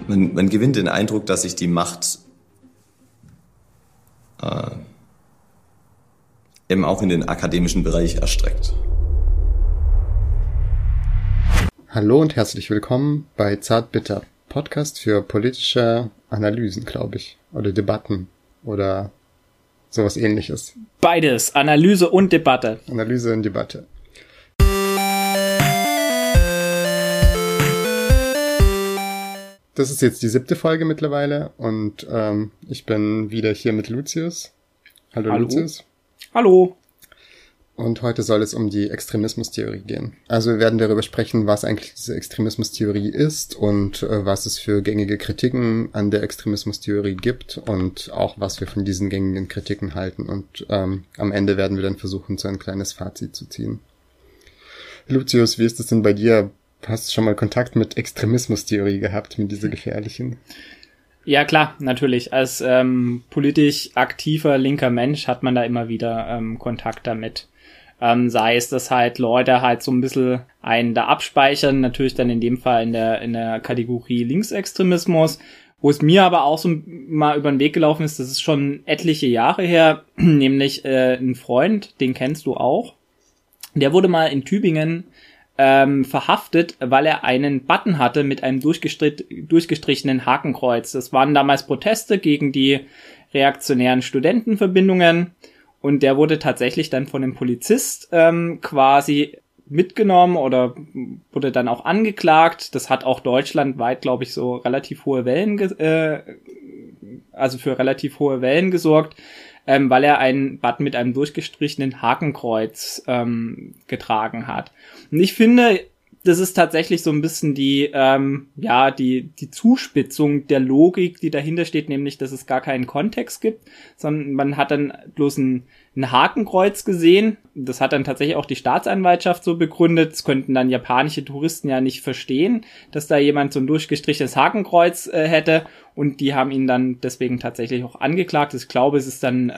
Man gewinnt den Eindruck, dass sich die Macht eben auch in den akademischen Bereich erstreckt. Hallo und herzlich willkommen bei Zartbitter, Podcast für politische Analysen, glaube ich, oder Debatten oder sowas Ähnliches. Beides, Analyse und Debatte. Analyse und Debatte. Das ist jetzt die 7. Folge mittlerweile und ich bin wieder hier mit Lucius. Hallo. Lucius. Hallo. Und heute soll es um die Extremismustheorie gehen. Also wir werden darüber sprechen, was eigentlich diese Extremismustheorie ist und was es für gängige Kritiken an der Extremismustheorie gibt und auch was wir von diesen gängigen Kritiken halten. Und am Ende werden wir dann versuchen, so ein kleines Fazit zu ziehen. Lucius, wie ist es denn bei dir? Hast du schon mal Kontakt mit Extremismustheorie gehabt, mit dieser gefährlichen? Ja klar, natürlich. Als politisch aktiver linker Mensch hat man da immer wieder Kontakt damit. Sei es, dass halt Leute halt so ein bisschen einen da abspeichern, natürlich dann in dem Fall in der Kategorie Linksextremismus, wo es mir aber auch so mal über den Weg gelaufen ist, das ist schon etliche Jahre her, nämlich ein Freund, den kennst du auch, der wurde mal in Tübingen verhaftet, weil er einen Button hatte mit einem durchgestrichenen Hakenkreuz. Das waren damals Proteste gegen die reaktionären Studentenverbindungen und der wurde tatsächlich dann von einem Polizist quasi mitgenommen oder wurde dann auch angeklagt. Das hat auch deutschlandweit, glaube ich, so relativ hohe Wellen, für relativ hohe Wellen gesorgt, weil er einen Button mit einem durchgestrichenen Hakenkreuz getragen hat. Und ich finde, das ist tatsächlich so ein bisschen die Zuspitzung der Logik, die dahinter steht, nämlich, dass es gar keinen Kontext gibt, sondern man hat dann bloß ein Hakenkreuz gesehen. Das hat dann tatsächlich auch die Staatsanwaltschaft so begründet. Das könnten dann japanische Touristen ja nicht verstehen, dass da jemand so ein durchgestrichenes Hakenkreuz hätte. Und die haben ihn dann deswegen tatsächlich auch angeklagt. Ich glaube, es ist dann,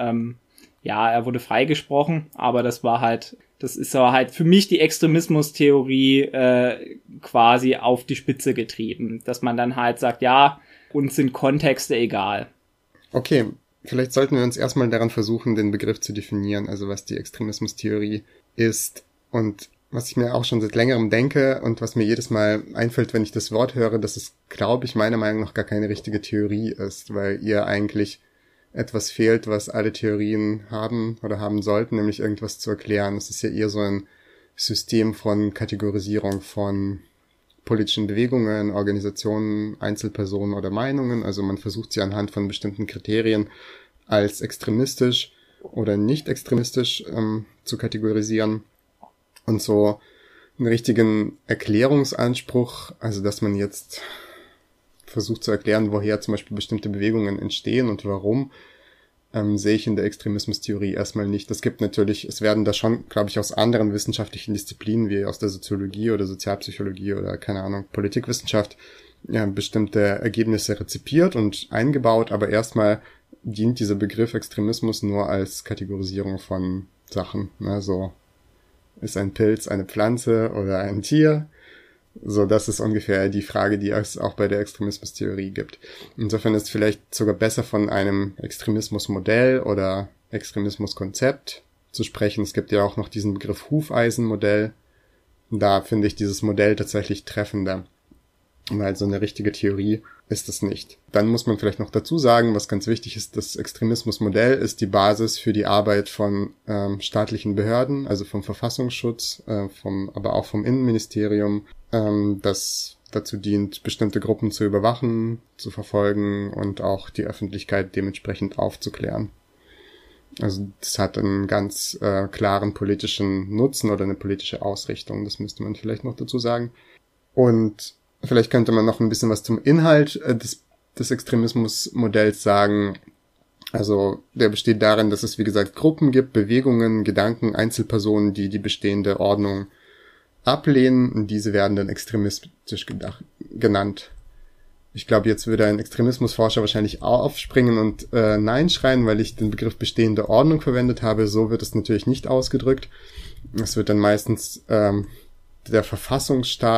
er wurde freigesprochen, aber das ist aber halt für mich die Extremismustheorie quasi auf die Spitze getrieben. Dass man dann halt sagt, ja, uns sind Kontexte egal. Okay, vielleicht sollten wir uns erstmal daran versuchen, den Begriff zu definieren, also was die Extremismustheorie ist. Und was ich mir auch schon seit längerem denke und was mir jedes Mal einfällt, wenn ich das Wort höre, dass es, glaube ich, meiner Meinung nach gar keine richtige Theorie ist, weil ihr eigentlich etwas fehlt, was alle Theorien haben oder haben sollten, nämlich irgendwas zu erklären. Es ist ja eher so ein System von Kategorisierung von politischen Bewegungen, Organisationen, Einzelpersonen oder Meinungen. Also man versucht sie anhand von bestimmten Kriterien als extremistisch oder nicht extremistisch zu kategorisieren. Und so einen richtigen Erklärungsanspruch, also dass man jetzt versucht zu erklären, woher zum Beispiel bestimmte Bewegungen entstehen und warum, sehe ich in der Extremismustheorie erstmal nicht. Es gibt natürlich, es werden da schon, glaube ich, aus anderen wissenschaftlichen Disziplinen, wie aus der Soziologie oder Sozialpsychologie oder, keine Ahnung, Politikwissenschaft, bestimmte Ergebnisse rezipiert und eingebaut, aber erstmal dient dieser Begriff Extremismus nur als Kategorisierung von Sachen. Also ist ein Pilz eine Pflanze oder ein Tier? So, das ist ungefähr die Frage, die es auch bei der Extremismustheorie gibt. Insofern ist es vielleicht sogar besser, von einem Extremismusmodell oder Extremismuskonzept zu sprechen. Es gibt ja auch noch diesen Begriff Hufeisenmodell. Da finde ich dieses Modell tatsächlich treffender, weil so eine richtige Theorie ist es nicht. Dann muss man vielleicht noch dazu sagen, was ganz wichtig ist, das Extremismusmodell ist die Basis für die Arbeit von staatlichen Behörden, also vom Verfassungsschutz, aber auch vom Innenministerium, das dazu dient, bestimmte Gruppen zu überwachen, zu verfolgen und auch die Öffentlichkeit dementsprechend aufzuklären. Also das hat einen ganz klaren politischen Nutzen oder eine politische Ausrichtung, das müsste man vielleicht noch dazu sagen. Und vielleicht könnte man noch ein bisschen was zum Inhalt des Extremismusmodells sagen. Also der besteht darin, dass es, wie gesagt, Gruppen gibt, Bewegungen, Gedanken, Einzelpersonen, die die bestehende Ordnung ablehnen, und diese werden dann extremistisch genannt. Ich glaube, jetzt würde ein Extremismusforscher wahrscheinlich aufspringen und Nein schreien, weil ich den Begriff bestehende Ordnung verwendet habe. So wird es natürlich nicht ausgedrückt. Es wird dann meistens der Verfassungsstaat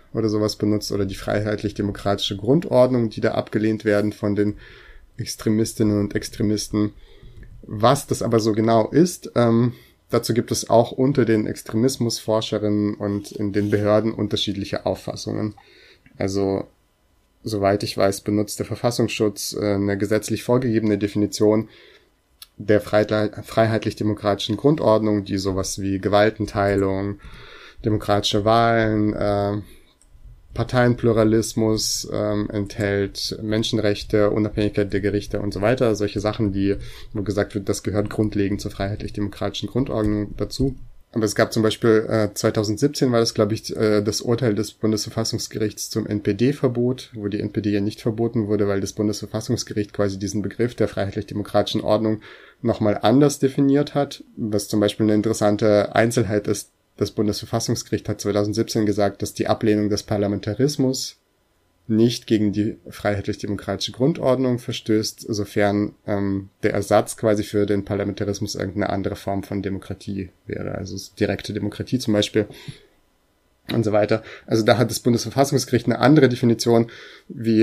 oder sowas benutzt oder die freiheitlich-demokratische Grundordnung, die da abgelehnt werden von den Extremistinnen und Extremisten. Was das aber so genau ist, dazu gibt es auch unter den Extremismusforscherinnen und in den Behörden unterschiedliche Auffassungen. Also, soweit ich weiß, benutzt der Verfassungsschutz eine gesetzlich vorgegebene Definition der freiheitlich-demokratischen Grundordnung, die sowas wie Gewaltenteilung, demokratische Wahlen, Parteienpluralismus enthält, Menschenrechte, Unabhängigkeit der Gerichte und so weiter. Solche Sachen, wo gesagt wird, das gehört grundlegend zur freiheitlich-demokratischen Grundordnung dazu. Aber es gab zum Beispiel 2017 war das, glaube ich, das Urteil des Bundesverfassungsgerichts zum NPD-Verbot, wo die NPD ja nicht verboten wurde, weil das Bundesverfassungsgericht quasi diesen Begriff der freiheitlich-demokratischen Ordnung nochmal anders definiert hat. Was zum Beispiel eine interessante Einzelheit ist, das Bundesverfassungsgericht hat 2017 gesagt, dass die Ablehnung des Parlamentarismus nicht gegen die freiheitlich-demokratische Grundordnung verstößt, sofern der Ersatz quasi für den Parlamentarismus irgendeine andere Form von Demokratie wäre, also direkte Demokratie zum Beispiel und so weiter. Also da hat das Bundesverfassungsgericht eine andere Definition wie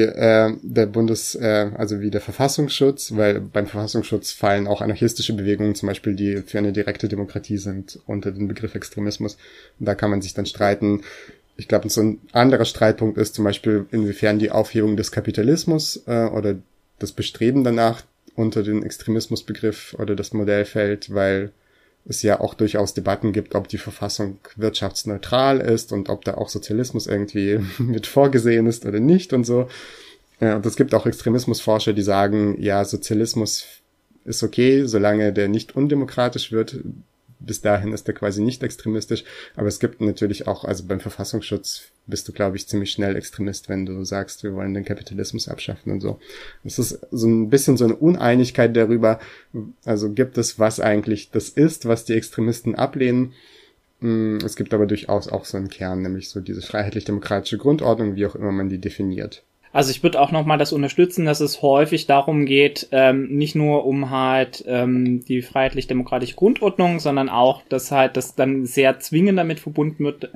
wie der Verfassungsschutz, weil beim Verfassungsschutz fallen auch anarchistische Bewegungen, zum Beispiel, die für eine direkte Demokratie sind, unter den Begriff Extremismus. Und da kann man sich dann streiten. Ich glaube, so ein anderer Streitpunkt ist zum Beispiel, inwiefern die Aufhebung des Kapitalismus oder das Bestreben danach unter den Extremismusbegriff oder das Modell fällt, weil es ja auch durchaus Debatten gibt, ob die Verfassung wirtschaftsneutral ist und ob da auch Sozialismus irgendwie mit vorgesehen ist oder nicht und so. Und es gibt auch Extremismusforscher, die sagen, ja, Sozialismus ist okay, solange der nicht undemokratisch wird. Bis dahin ist er quasi nicht extremistisch. Aber es gibt natürlich auch, also beim Verfassungsschutz bist du, glaube ich, ziemlich schnell Extremist, wenn du sagst, wir wollen den Kapitalismus abschaffen und so. Es ist so ein bisschen so eine Uneinigkeit darüber, also gibt es, was eigentlich das ist, was die Extremisten ablehnen. Es gibt aber durchaus auch so einen Kern, nämlich so diese freiheitlich-demokratische Grundordnung, wie auch immer man die definiert. Also ich würde auch nochmal das unterstützen, dass es häufig darum geht, nicht nur um halt die freiheitlich-demokratische Grundordnung, sondern auch, dass halt das dann sehr zwingend damit verbunden wird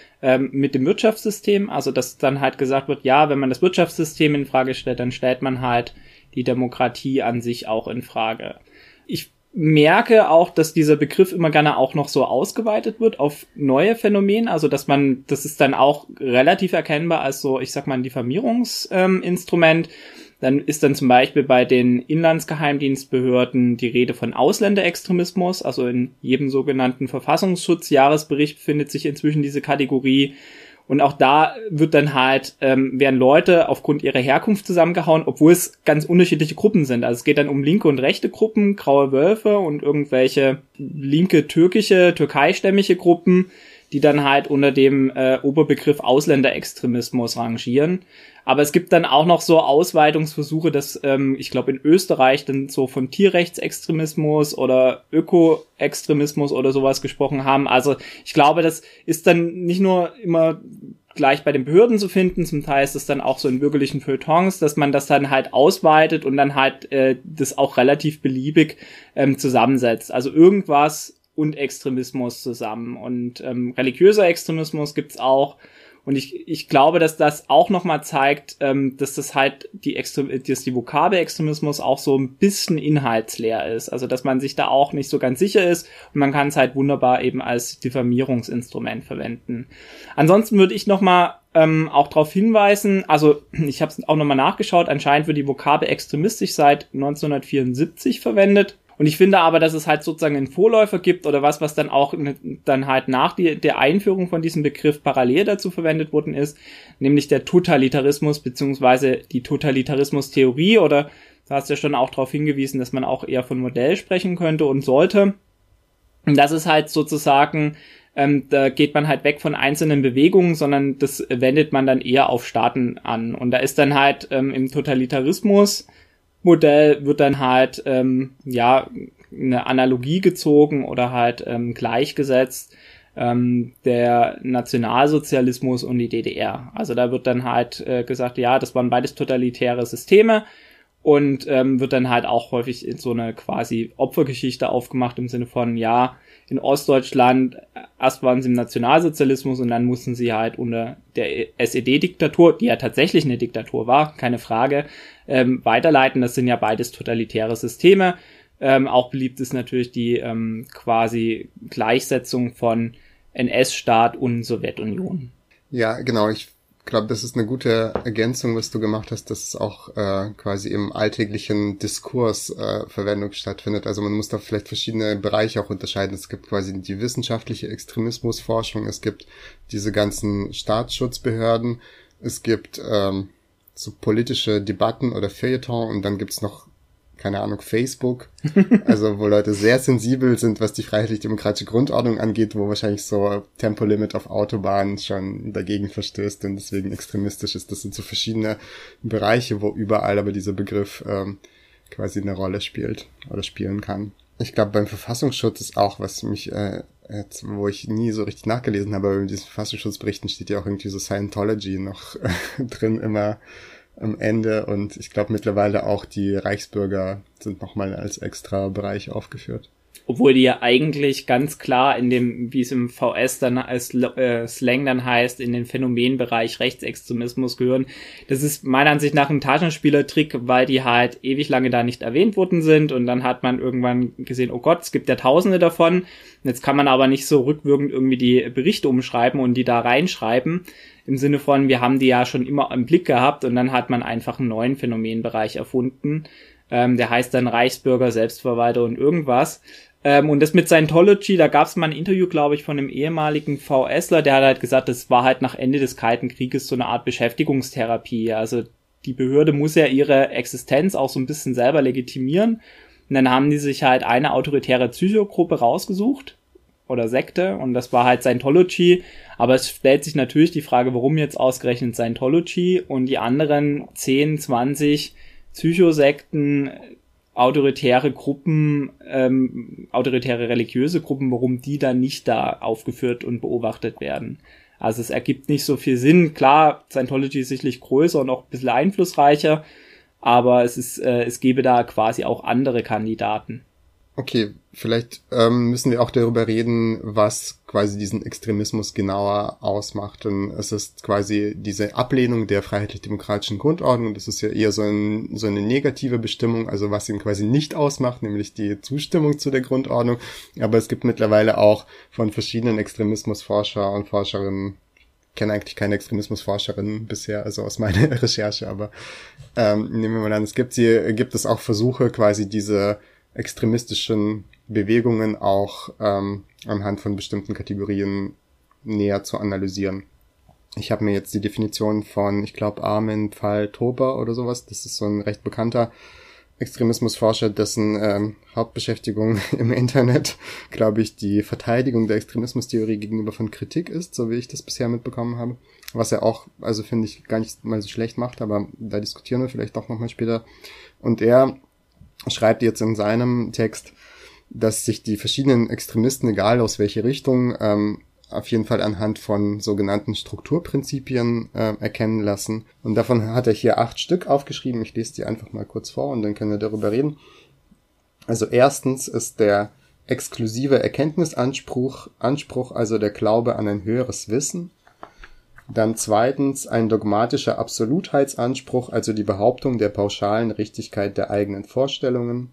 mit dem Wirtschaftssystem. Also dass dann halt gesagt wird, ja, wenn man das Wirtschaftssystem in Frage stellt, dann stellt man halt die Demokratie an sich auch in Frage. Ich merke auch, dass dieser Begriff immer gerne auch noch so ausgeweitet wird auf neue Phänomene, also das ist dann auch relativ erkennbar als so, ich sag mal, ein Diffamierungsinstrument. Dann ist dann zum Beispiel bei den Inlandsgeheimdienstbehörden die Rede von Ausländerextremismus, also in jedem sogenannten Verfassungsschutzjahresbericht findet sich inzwischen diese Kategorie. Und auch da wird dann halt, werden Leute aufgrund ihrer Herkunft zusammengehauen, obwohl es ganz unterschiedliche Gruppen sind. Also es geht dann um linke und rechte Gruppen, graue Wölfe und irgendwelche linke türkeistämmige Gruppen, die dann halt unter dem Oberbegriff Ausländerextremismus rangieren. Aber es gibt dann auch noch so Ausweitungsversuche, dass ich glaube in Österreich dann so von Tierrechtsextremismus oder Ökoextremismus oder sowas gesprochen haben. Also ich glaube, das ist dann nicht nur immer gleich bei den Behörden zu finden, zum Teil ist es dann auch so in bürgerlichen Feuilletons, dass man das dann halt ausweitet und dann halt das auch relativ beliebig zusammensetzt. Also irgendwas und Extremismus zusammen. Und religiöser Extremismus gibt's auch. Und ich glaube, dass das auch nochmal zeigt, dass das halt die Vokabel Extremismus auch so ein bisschen inhaltsleer ist. Also, dass man sich da auch nicht so ganz sicher ist und man kann es halt wunderbar eben als Diffamierungsinstrument verwenden. Ansonsten würde ich nochmal auch darauf hinweisen, also ich habe es auch nochmal nachgeschaut, anscheinend wird die Vokabel extremistisch seit 1974 verwendet. Und ich finde aber, dass es halt sozusagen einen Vorläufer gibt oder was dann auch dann halt nach der Einführung von diesem Begriff parallel dazu verwendet worden ist, nämlich der Totalitarismus beziehungsweise die Totalitarismustheorie, oder du hast ja schon auch darauf hingewiesen, dass man auch eher von Modell sprechen könnte und sollte. Und das ist halt sozusagen, da geht man halt weg von einzelnen Bewegungen, sondern das wendet man dann eher auf Staaten an. Und da ist dann halt im Totalitarismus Modell wird dann halt eine Analogie gezogen oder halt gleichgesetzt der Nationalsozialismus und die DDR. Also da wird dann halt gesagt, ja, das waren beides totalitäre Systeme und wird dann halt auch häufig in so eine quasi Opfergeschichte aufgemacht im Sinne von, ja, in Ostdeutschland, erst waren sie im Nationalsozialismus und dann mussten sie halt unter der SED-Diktatur, die ja tatsächlich eine Diktatur war, keine Frage, weiterleiten. Das sind ja beides totalitäre Systeme. Auch beliebt ist natürlich die quasi Gleichsetzung von NS-Staat und Sowjetunion. Ja, genau. Ich glaube, das ist eine gute Ergänzung, was du gemacht hast, dass es auch quasi im alltäglichen Diskurs Verwendung stattfindet. Also man muss da vielleicht verschiedene Bereiche auch unterscheiden. Es gibt quasi die wissenschaftliche Extremismusforschung, es gibt diese ganzen Staatsschutzbehörden, es gibt so politische Debatten oder Feuilleton und dann gibt's noch, keine Ahnung, Facebook, also wo Leute sehr sensibel sind, was die freiheitlich-demokratische Grundordnung angeht, wo wahrscheinlich so Tempolimit auf Autobahnen schon dagegen verstößt und deswegen extremistisch ist. Das sind so verschiedene Bereiche, wo überall aber dieser Begriff quasi eine Rolle spielt oder spielen kann. Ich glaube, beim Verfassungsschutz ist auch, was mich jetzt, wo ich nie so richtig nachgelesen habe, aber in diesen Verfassungsschutzberichten steht ja auch irgendwie so Scientology noch drin immer am Ende und ich glaube mittlerweile auch die Reichsbürger sind nochmal als extra Bereich aufgeführt. Obwohl die ja eigentlich ganz klar in dem, wie es im VS dann als Slang dann heißt, in den Phänomenbereich Rechtsextremismus gehören. Das ist meiner Ansicht nach ein Taschenspielertrick, weil die halt ewig lange da nicht erwähnt worden sind und dann hat man irgendwann gesehen, oh Gott, es gibt ja Tausende davon. Jetzt kann man aber nicht so rückwirkend irgendwie die Berichte umschreiben und die da reinschreiben. Im Sinne von, wir haben die ja schon immer im Blick gehabt und dann hat man einfach einen neuen Phänomenbereich erfunden. Der heißt dann Reichsbürger, Selbstverwalter und irgendwas. Und das mit Scientology, da gab es mal ein Interview, glaube ich, von einem ehemaligen VSler, der hat halt gesagt, das war halt nach Ende des Kalten Krieges so eine Art Beschäftigungstherapie. Also die Behörde muss ja ihre Existenz auch so ein bisschen selber legitimieren. Und dann haben die sich halt eine autoritäre Psychogruppe rausgesucht oder Sekte und das war halt Scientology. Aber es stellt sich natürlich die Frage, warum jetzt ausgerechnet Scientology und die anderen 10, 20 Psychosekten, autoritäre Gruppen, autoritäre religiöse Gruppen, warum die dann nicht da aufgeführt und beobachtet werden. Also es ergibt nicht so viel Sinn. Klar, Scientology ist sicherlich größer und auch ein bisschen einflussreicher, aber es gäbe da quasi auch andere Kandidaten. Okay, vielleicht müssen wir auch darüber reden, was quasi diesen Extremismus genauer ausmacht. Und es ist quasi diese Ablehnung der freiheitlich-demokratischen Grundordnung. Das ist ja eher so eine negative Bestimmung, also was ihn quasi nicht ausmacht, nämlich die Zustimmung zu der Grundordnung. Aber es gibt mittlerweile auch von verschiedenen Extremismusforscher und Forscherinnen, ich kenne eigentlich keine Extremismusforscherinnen bisher, also aus meiner Recherche, aber nehmen wir mal an, gibt es auch Versuche, quasi diese extremistischen Bewegungen auch anhand von bestimmten Kategorien näher zu analysieren. Ich habe mir jetzt die Definition von, ich glaube, Armin Pfahl-Tober oder sowas, das ist so ein recht bekannter Extremismusforscher, dessen Hauptbeschäftigung im Internet, glaube ich, die Verteidigung der Extremismustheorie gegenüber von Kritik ist, so wie ich das bisher mitbekommen habe. Was er auch, also finde ich, gar nicht mal so schlecht macht, aber da diskutieren wir vielleicht auch nochmal später. Und er schreibt jetzt in seinem Text, dass sich die verschiedenen Extremisten, egal aus welche Richtung, auf jeden Fall anhand von sogenannten Strukturprinzipien erkennen lassen. Und davon hat er hier 8 Stück aufgeschrieben. Ich lese die einfach mal kurz vor und dann können wir darüber reden. Also erstens ist der exklusive Erkenntnisanspruch, also der Glaube an ein höheres Wissen. Dann zweitens ein dogmatischer Absolutheitsanspruch, also die Behauptung der pauschalen Richtigkeit der eigenen Vorstellungen.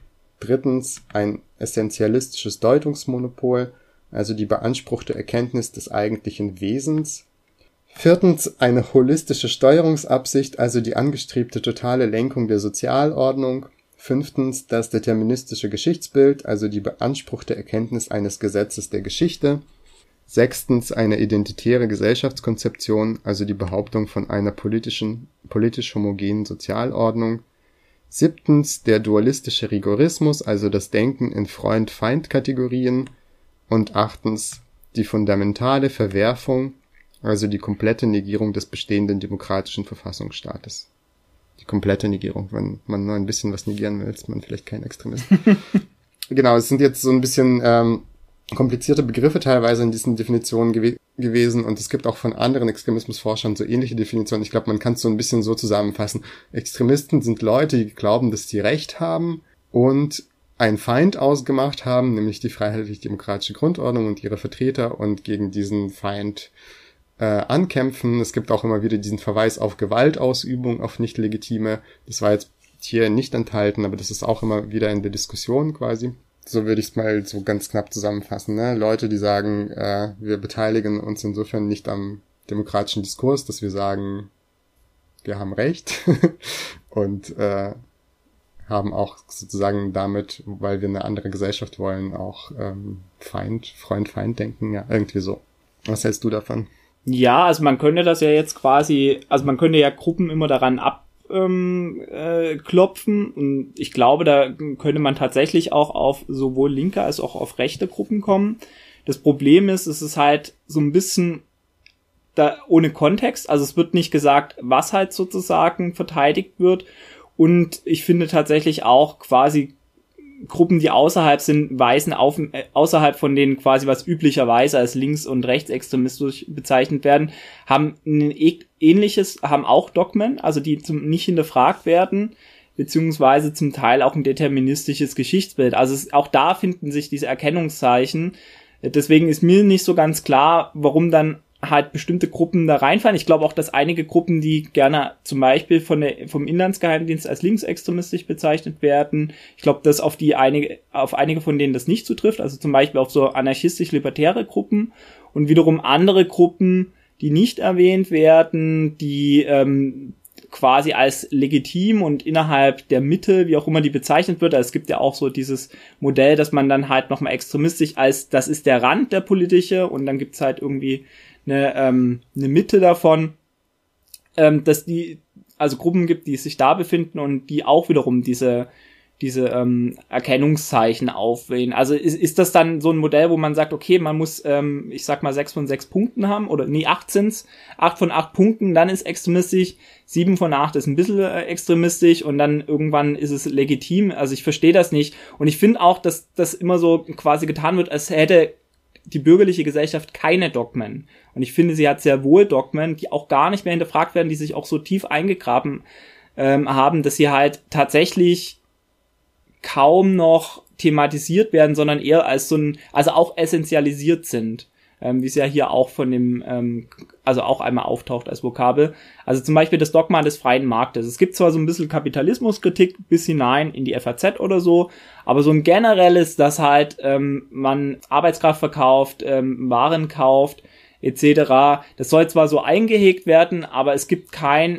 Drittens ein essentialistisches Deutungsmonopol, also die beanspruchte Erkenntnis des eigentlichen Wesens. Viertens eine holistische Steuerungsabsicht, also die angestrebte totale Lenkung der Sozialordnung. Fünftens das deterministische Geschichtsbild, also die beanspruchte Erkenntnis eines Gesetzes der Geschichte. Sechstens eine identitäre Gesellschaftskonzeption, also die Behauptung von einer politisch homogenen Sozialordnung. Siebtens der dualistische Rigorismus, also das Denken in Freund-Feind-Kategorien. Und achtens die fundamentale Verwerfung, also die komplette Negierung des bestehenden demokratischen Verfassungsstaates. Die komplette Negierung, wenn man nur ein bisschen was negieren will, ist man vielleicht kein Extremist. Genau, es sind jetzt so ein bisschen komplizierte Begriffe teilweise in diesen Definitionen gewesen und es gibt auch von anderen Extremismusforschern so ähnliche Definitionen. Ich glaube, man kann es so ein bisschen so zusammenfassen. Extremisten sind Leute, die glauben, dass sie Recht haben und einen Feind ausgemacht haben, nämlich die freiheitlich-demokratische Grundordnung und ihre Vertreter, und gegen diesen Feind ankämpfen. Es gibt auch immer wieder diesen Verweis auf Gewaltausübung, auf nicht legitime. Das war jetzt hier nicht enthalten, aber das ist auch immer wieder in der Diskussion quasi. So würde ich es mal so ganz knapp zusammenfassen. Ne? Leute, die sagen, wir beteiligen uns insofern nicht am demokratischen Diskurs, dass wir sagen, wir haben Recht und haben auch sozusagen damit, weil wir eine andere Gesellschaft wollen, auch Freund-Feind-Denken, ja, irgendwie so. Was hältst du davon? Ja, also man könnte das ja jetzt quasi, also man könnte ja Gruppen immer daran klopfen, und ich glaube, da könnte man tatsächlich auch auf sowohl linke als auch auf rechte Gruppen kommen. Das Problem ist, es ist halt so ein bisschen da ohne Kontext, also es wird nicht gesagt, was halt sozusagen verteidigt wird, und ich finde tatsächlich auch quasi Gruppen, die außerhalb sind, weisen auf, außerhalb von denen quasi was üblicherweise als links- und rechtsextremistisch bezeichnet werden, haben ein ähnliches, haben auch Dogmen, also die nicht hinterfragt werden, beziehungsweise zum Teil auch ein deterministisches Geschichtsbild. Also auch da finden sich diese Erkennungszeichen. Deswegen ist mir nicht so ganz klar, warum dann halt bestimmte Gruppen da reinfallen. Ich glaube auch, dass einige Gruppen, die gerne zum Beispiel vom Inlandsgeheimdienst als linksextremistisch bezeichnet werden, ich glaube, dass auf einige von denen das nicht zutrifft, also zum Beispiel auf so anarchistisch-libertäre Gruppen, und wiederum andere Gruppen, die nicht erwähnt werden, die quasi als legitim und innerhalb der Mitte, wie auch immer die bezeichnet wird. Also es gibt ja auch so dieses Modell, dass man dann halt nochmal extremistisch als, das ist der Rand der politische, und dann gibt's halt irgendwie eine Mitte davon, dass die, also Gruppen gibt, die sich da befinden und die auch wiederum diese Erkennungszeichen aufwählen. Also ist das dann so ein Modell, wo man sagt, okay, man muss, ich sag mal 6 von 6 Punkten haben, oder nee, 8 sind's, 8 von 8 Punkten, dann ist extremistisch, 7 von 8 ist ein bisschen extremistisch, und dann irgendwann ist es legitim. Also ich verstehe das nicht, und ich finde auch, dass das immer so quasi getan wird, als hätte die bürgerliche Gesellschaft keine Dogmen. Und ich finde, sie hat sehr wohl Dogmen, die auch gar nicht mehr hinterfragt werden, die sich auch so tief eingegraben haben, dass sie halt tatsächlich kaum noch thematisiert werden, sondern eher als so ein, also auch essentialisiert sind, wie es ja hier auch von dem, also auch einmal auftaucht als Vokabel. Also zum Beispiel das Dogma des freien Marktes. Es gibt zwar so ein bisschen Kapitalismuskritik bis hinein in die FAZ oder so, aber so ein generelles, dass halt man Arbeitskraft verkauft, Waren kauft, etc. Das soll zwar so eingehegt werden, aber es gibt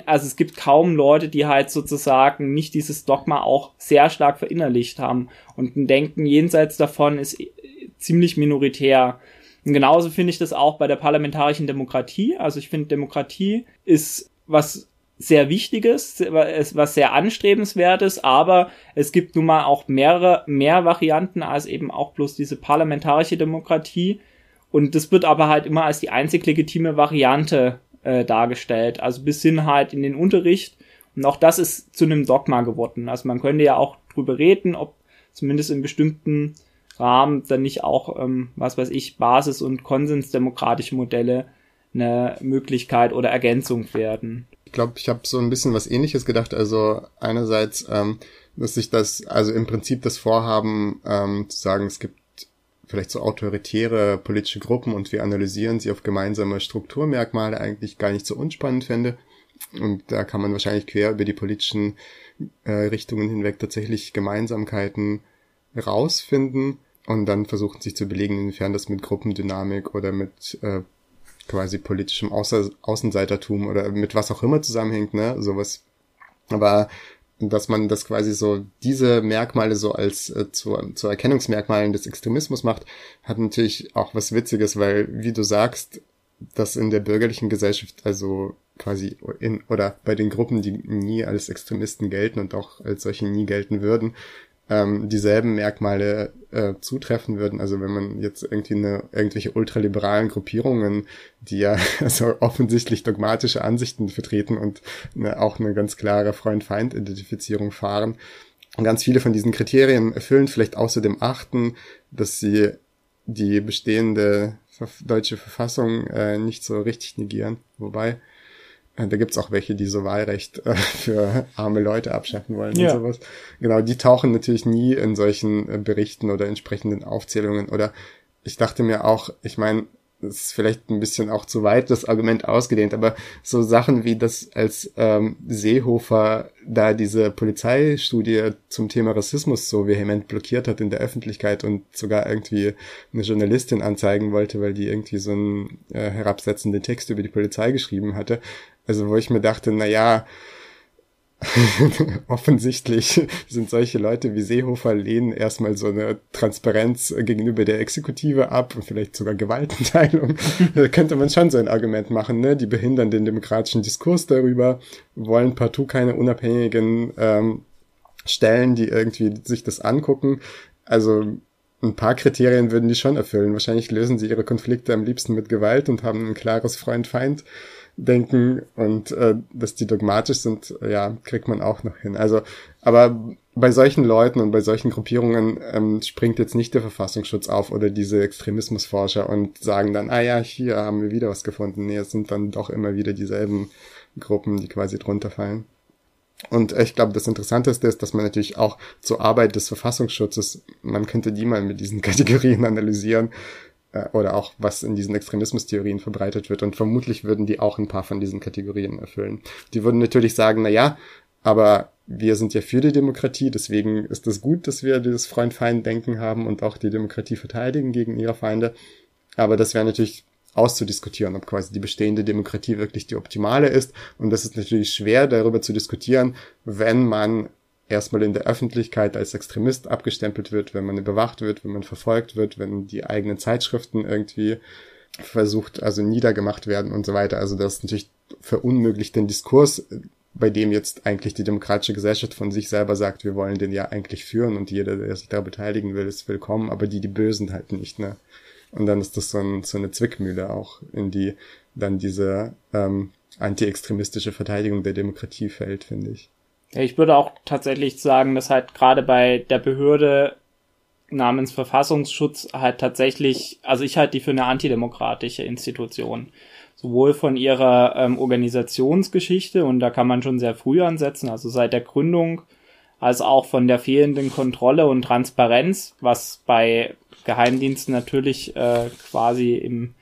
kaum Leute, die halt sozusagen nicht dieses Dogma auch sehr stark verinnerlicht haben, und ein Denken jenseits davon ist ziemlich minoritär. Und genauso finde ich das auch bei der parlamentarischen Demokratie. Also ich finde, Demokratie ist was sehr Wichtiges, was sehr Anstrebenswertes, aber es gibt nun mal auch mehr Varianten als eben auch bloß diese parlamentarische Demokratie. Und das wird aber halt immer als die einzig legitime Variante dargestellt, also bis hin halt in den Unterricht. Und auch das ist zu einem Dogma geworden. Also man könnte ja auch drüber reden, ob zumindest in bestimmten Rahmen dann nicht auch, was weiß ich, Basis- und konsensdemokratische Modelle eine Möglichkeit oder Ergänzung werden. Ich glaube, ich habe so ein bisschen was Ähnliches gedacht. Also einerseits, dass sich das, also im Prinzip das Vorhaben zu sagen, es gibt vielleicht so autoritäre politische Gruppen und wir analysieren sie auf gemeinsame Strukturmerkmale, eigentlich gar nicht so unspannend fände. Und da kann man wahrscheinlich quer über die politischen Richtungen hinweg tatsächlich Gemeinsamkeiten rausfinden und dann versuchen sich zu belegen, inwiefern das mit Gruppendynamik oder mit quasi politischem Außenseitertum oder mit was auch immer zusammenhängt, ne, sowas. Aber dass man das quasi so, diese Merkmale so als zu Erkennungsmerkmalen des Extremismus macht, hat natürlich auch was Witziges, weil, wie du sagst, dass in der bürgerlichen Gesellschaft, also quasi oder bei den Gruppen, die nie als Extremisten gelten und auch als solche nie gelten würden, dieselben Merkmale zutreffen würden. Also wenn man jetzt irgendwelche ultraliberalen Gruppierungen, die ja also offensichtlich dogmatische Ansichten vertreten und auch eine ganz klare Freund-Feind-Identifizierung fahren, und ganz viele von diesen Kriterien erfüllen, vielleicht außerdem achten, dass sie die bestehende deutsche Verfassung nicht so richtig negieren. Wobei Da gibt's auch welche, die so Wahlrecht für arme Leute abschaffen wollen Ja. und sowas. Genau, die tauchen natürlich nie in solchen Berichten oder entsprechenden Aufzählungen. Oder ich dachte mir auch, ich meine, das ist vielleicht ein bisschen auch zu weit das Argument ausgedehnt, aber so Sachen wie das, als Seehofer da diese Polizeistudie zum Thema Rassismus so vehement blockiert hat in der Öffentlichkeit und sogar irgendwie eine Journalistin anzeigen wollte, weil die irgendwie so einen herabsetzenden Text über die Polizei geschrieben hatte. Also wo ich mir dachte, na ja, offensichtlich sind solche Leute wie Seehofer lehnen erstmal so eine Transparenz gegenüber der Exekutive ab und vielleicht sogar Gewaltenteilung. Da könnte man schon so ein Argument machen, ne? Die behindern den demokratischen Diskurs darüber, wollen partout keine unabhängigen Stellen, die irgendwie sich das angucken. Also ein paar Kriterien würden die schon erfüllen. Wahrscheinlich lösen sie ihre Konflikte am liebsten mit Gewalt und haben ein klares Freund-Feind-Denken und dass die dogmatisch sind, ja, kriegt man auch noch hin. Also, aber bei solchen Leuten und bei solchen Gruppierungen springt jetzt nicht der Verfassungsschutz auf oder diese Extremismusforscher und sagen dann, ah ja, hier haben wir wieder was gefunden. Nee, es sind dann doch immer wieder dieselben Gruppen, die quasi drunter fallen. Und ich glaube, das Interessanteste ist, dass man natürlich auch zur Arbeit des Verfassungsschutzes, man könnte die mal mit diesen Kategorien analysieren, oder auch was in diesen Extremismustheorien verbreitet wird. Und vermutlich würden die auch ein paar von diesen Kategorien erfüllen. Die würden natürlich sagen, na ja, aber wir sind ja für die Demokratie, deswegen ist es gut, dass wir dieses Freund-Feind-Denken haben und auch die Demokratie verteidigen gegen ihre Feinde. Aber das wäre natürlich auszudiskutieren, ob quasi die bestehende Demokratie wirklich die optimale ist. Und das ist natürlich schwer, darüber zu diskutieren, wenn man erstmal in der Öffentlichkeit als Extremist abgestempelt wird, wenn man überwacht wird, wenn man verfolgt wird, wenn die eigenen Zeitschriften irgendwie versucht, also niedergemacht werden und so weiter. Also das natürlich verunmöglicht den Diskurs, bei dem jetzt eigentlich die demokratische Gesellschaft von sich selber sagt, wir wollen den ja eigentlich führen und jeder, der sich da beteiligen will, ist willkommen, aber die Bösen halt nicht, ne? Und dann ist das so eine Zwickmühle auch, in die dann diese anti-extremistische Verteidigung der Demokratie fällt, finde ich. Ja, ich würde auch tatsächlich sagen, dass halt gerade bei der Behörde namens Verfassungsschutz halt tatsächlich, also ich halte die für eine antidemokratische Institution. Sowohl von ihrer Organisationsgeschichte, und da kann man schon sehr früh ansetzen, also seit der Gründung, als auch von der fehlenden Kontrolle und Transparenz, was bei Geheimdiensten natürlich quasi in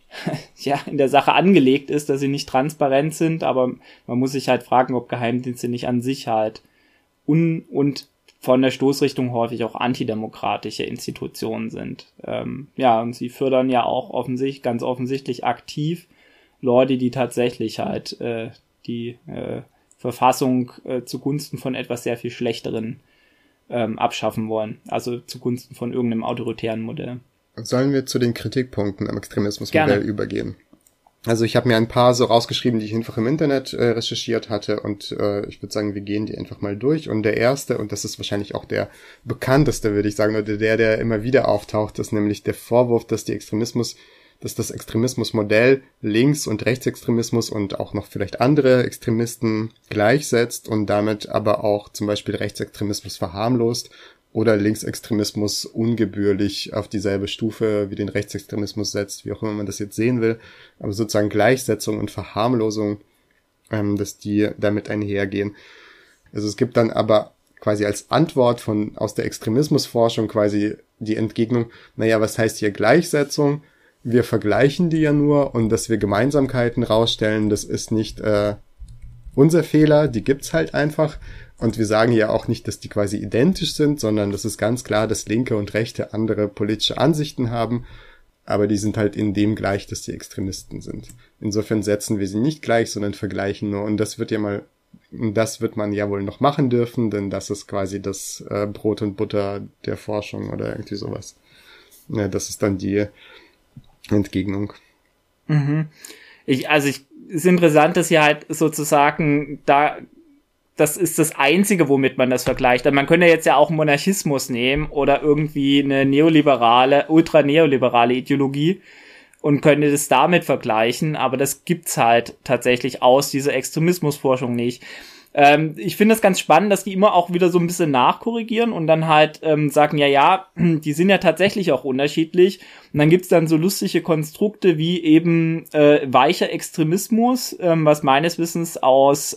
der Sache angelegt ist, dass sie nicht transparent sind, aber man muss sich halt fragen, ob Geheimdienste nicht an sich halt und von der Stoßrichtung häufig auch antidemokratische Institutionen sind. Und sie fördern ja auch ganz offensichtlich aktiv Leute, die tatsächlich halt die Verfassung zugunsten von etwas sehr viel Schlechteren abschaffen wollen, also zugunsten von irgendeinem autoritären Modell. Sollen wir zu den Kritikpunkten am Extremismusmodell übergehen? Also ich habe mir ein paar so rausgeschrieben, die ich einfach im Internet recherchiert hatte und ich würde sagen, wir gehen die einfach mal durch. Und der erste, und das ist wahrscheinlich auch der bekannteste, würde ich sagen, oder der immer wieder auftaucht, ist nämlich der Vorwurf, dass das Extremismusmodell Links- und Rechtsextremismus und auch noch vielleicht andere Extremisten gleichsetzt und damit aber auch zum Beispiel Rechtsextremismus verharmlost oder Linksextremismus ungebührlich auf dieselbe Stufe wie den Rechtsextremismus setzt, wie auch immer man das jetzt sehen will, aber sozusagen Gleichsetzung und Verharmlosung, dass die damit einhergehen. Also es gibt dann aber quasi als Antwort aus der Extremismusforschung quasi die Entgegnung, naja, was heißt hier Gleichsetzung? Wir vergleichen die ja nur und dass wir Gemeinsamkeiten rausstellen, das ist nicht unser Fehler, die gibt's halt einfach. Und wir sagen ja auch nicht, dass die quasi identisch sind, sondern das ist ganz klar, dass Linke und Rechte andere politische Ansichten haben, aber die sind halt in dem gleich, dass die Extremisten sind. Insofern setzen wir sie nicht gleich, sondern vergleichen nur. Und das wird man ja wohl noch machen dürfen, denn das ist quasi das Brot und Butter der Forschung oder irgendwie sowas. Ja, das ist dann die Entgegnung. Mhm. Es ist interessant, dass hier halt sozusagen das ist das Einzige, womit man das vergleicht. Man könnte jetzt ja auch Monarchismus nehmen oder irgendwie eine ultraneoliberale Ideologie und könnte das damit vergleichen, aber das gibt's halt tatsächlich aus dieser Extremismusforschung nicht. Ich finde es ganz spannend, dass die immer auch wieder so ein bisschen nachkorrigieren und dann halt sagen, ja, die sind ja tatsächlich auch unterschiedlich. Und dann gibt's dann so lustige Konstrukte wie eben weicher Extremismus, was meines Wissens aus